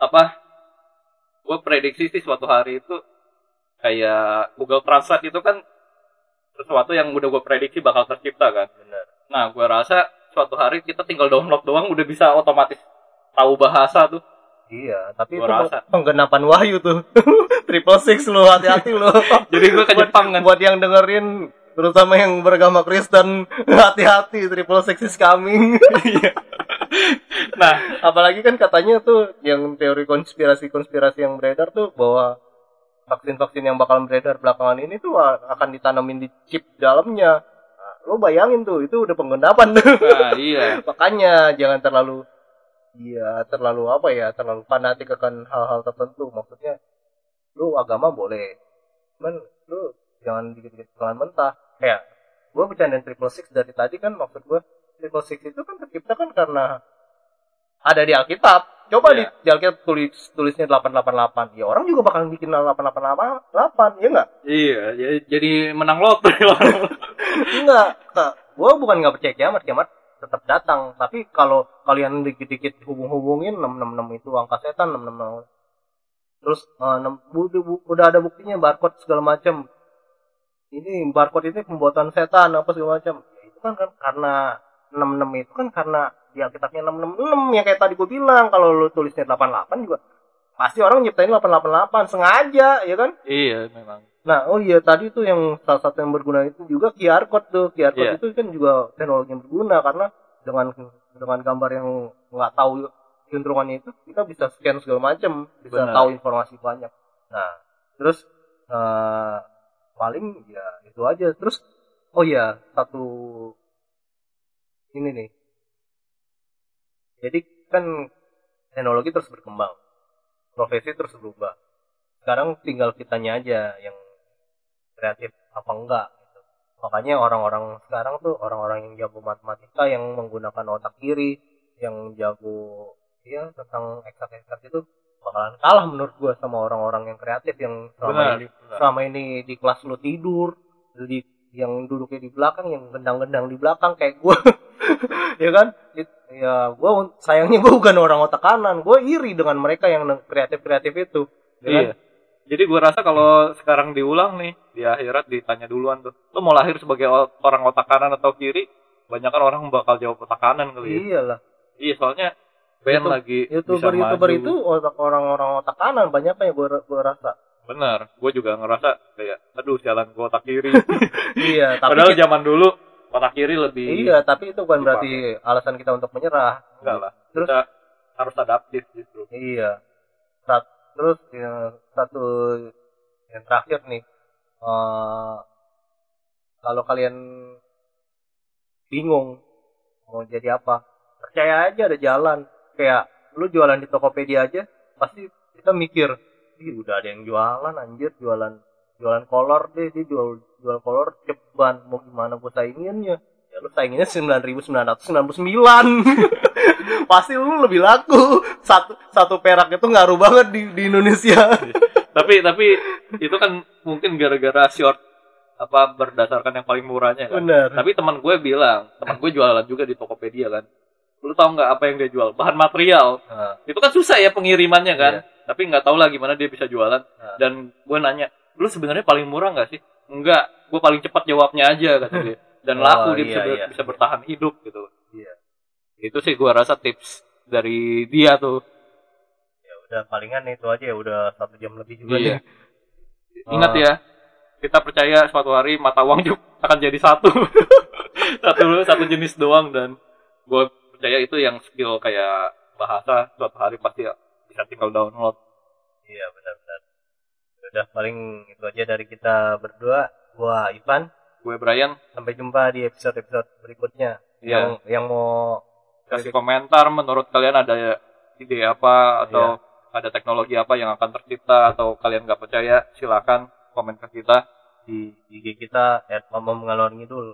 gue prediksi sih suatu hari itu kayak Google Translate itu kan sesuatu yang udah gue prediksi bakal tercipta kan. Benar. Nah, gue rasa suatu hari kita tinggal download doang udah bisa otomatis tahu bahasa tuh. Iya, tapi itu penggenapan wahyu tuh. Triple Six lu, hati-hati lu. Jadi gue ke Jepang kan. Buat yang dengerin, terutama yang beragama Kristen, hati-hati, Triple Six is coming. Nah, apalagi kan katanya tuh yang teori konspirasi yang beredar tuh bahwa vaksin-vaksin yang bakal beredar belakangan ini tuh akan ditanamin di chip dalamnya. Nah, lo bayangin tuh, itu udah penggenapan tuh. Nah, iya. Makanya jangan terlalu fanatik akan hal-hal tertentu. Maksudnya lu agama boleh, cuman lu jangan dikit-dikit jangan mentah. Kayak gue bercandain Triple Six dari tadi kan, maksud gue Triple Six itu kan tercipta kan karena ada di Alkitab. Coba di Alkitab tulisnya 888. Ya orang juga bakal bikin 888, ya enggak? Iya, jadi menang lotre. Enggak. Gue bukan nggak percaya kiamat tetap datang, tapi kalau kalian dikit-dikit hubungin 666 itu angka setan, 666 terus udah ada buktinya barcode segala macam, ini barcode ini pembuatan setan apa segala macam, itu kan karena 66 itu kan karena di Alkitabnya 666 yang kayak tadi gue bilang. Kalau lu tulisnya 88 juga pasti orang nyiptain 888 sengaja, ya kan? Iya memang. Nah, tadi tuh yang salah satu yang berguna itu juga QR code tuh. QR code itu kan juga teknologi yang berguna karena dengan gambar yang nggak tahu kecenderungannya itu kita bisa scan segala macam, bisa tahu informasi banyak. Nah, terus paling ya itu aja. Terus satu ini nih. Jadi kan teknologi terus berkembang, profesi terus berubah. Sekarang tinggal kitanya aja yang kreatif apa enggak gitu. Makanya orang-orang sekarang tuh orang-orang yang jago matematika, yang menggunakan otak kiri, yang jago ya tentang eksak-eksak itu bakalan kalah menurut gua sama orang-orang yang kreatif yang Benar. selama ini di kelas lu tidur, yang duduknya di belakang, yang gendang-gendang di belakang kayak gua. Ya kan? Ya gua sayangnya gua bukan orang otak kanan, gua iri dengan mereka yang kreatif-kreatif itu. Ya kan? Iya. Jadi gue rasa kalau sekarang diulang nih, di akhirat ditanya duluan tuh, lo mau lahir sebagai orang otak kanan atau kiri? Banyak kan orang bakal jawab otak kanan kali ya. Iyalah. Iya, soalnya band lagi bisa YouTuber maju. itu orang-orang otak kanan banyak ya gua rasa. Benar, gue juga ngerasa kayak, aduh jalan gue otak kiri. Iya, tapi Padahal zaman dulu otak kiri lebih. iya, tapi itu bukan berarti alasan kita untuk menyerah. Enggak lah. Terus Kita harus adaptif justru. iya. Terus satu yang terakhir nih, kalau kalian bingung mau jadi apa, percaya aja ada jalan. Kayak lu jualan di Tokopedia aja, pasti kita mikir, ih udah ada yang jualan anjir, jualan kolor deh, dia jual kolor ceban, mau gimana gue sainginnya? Ya lu sainginnya 9.999. Pasti lu lebih laku. Satu perak itu ngaruh banget di Indonesia. tapi itu kan mungkin gara-gara short berdasarkan yang paling murahnya kan. Bener. Tapi teman gue jualan juga di Tokopedia kan. Lu tahu nggak apa yang dia jual? Bahan material. Itu kan susah ya pengirimannya kan. Iya. Tapi nggak tahu lah gimana dia bisa jualan. Dan gue nanya, lu sebenarnya paling murah nggak sih? Enggak, gue paling cepat jawabnya aja kata dia. Dan laku dia bisa bertahan hidup gitu. Iya. Itu sih gue rasa tips dari dia tuh. Ya udah palingan itu aja ya, udah 1 jam lebih juga Iya. nih. Ingat ya, kita percaya suatu hari mata uang juga akan jadi satu. satu jenis doang, dan gue percaya itu yang skill kayak bahasa suatu hari pasti bisa tinggal download. Iya benar-benar. Udah paling itu aja dari kita berdua. Gua Ivan, Gue Brian. sampai jumpa di episode-episode berikutnya. Iya. Yang mau Kasih komentar menurut kalian ada ide apa atau ada teknologi apa yang akan tercipta, atau kalian nggak percaya, silakan komen ke kita di IG kita @mamamngalorngidul.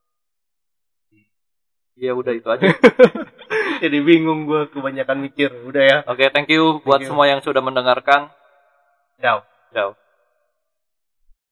Ya udah itu aja. Jadi bingung gue, kebanyakan mikir. Udah ya. Oke, thank you buat semua yang sudah mendengarkan. Ciao. Ciao.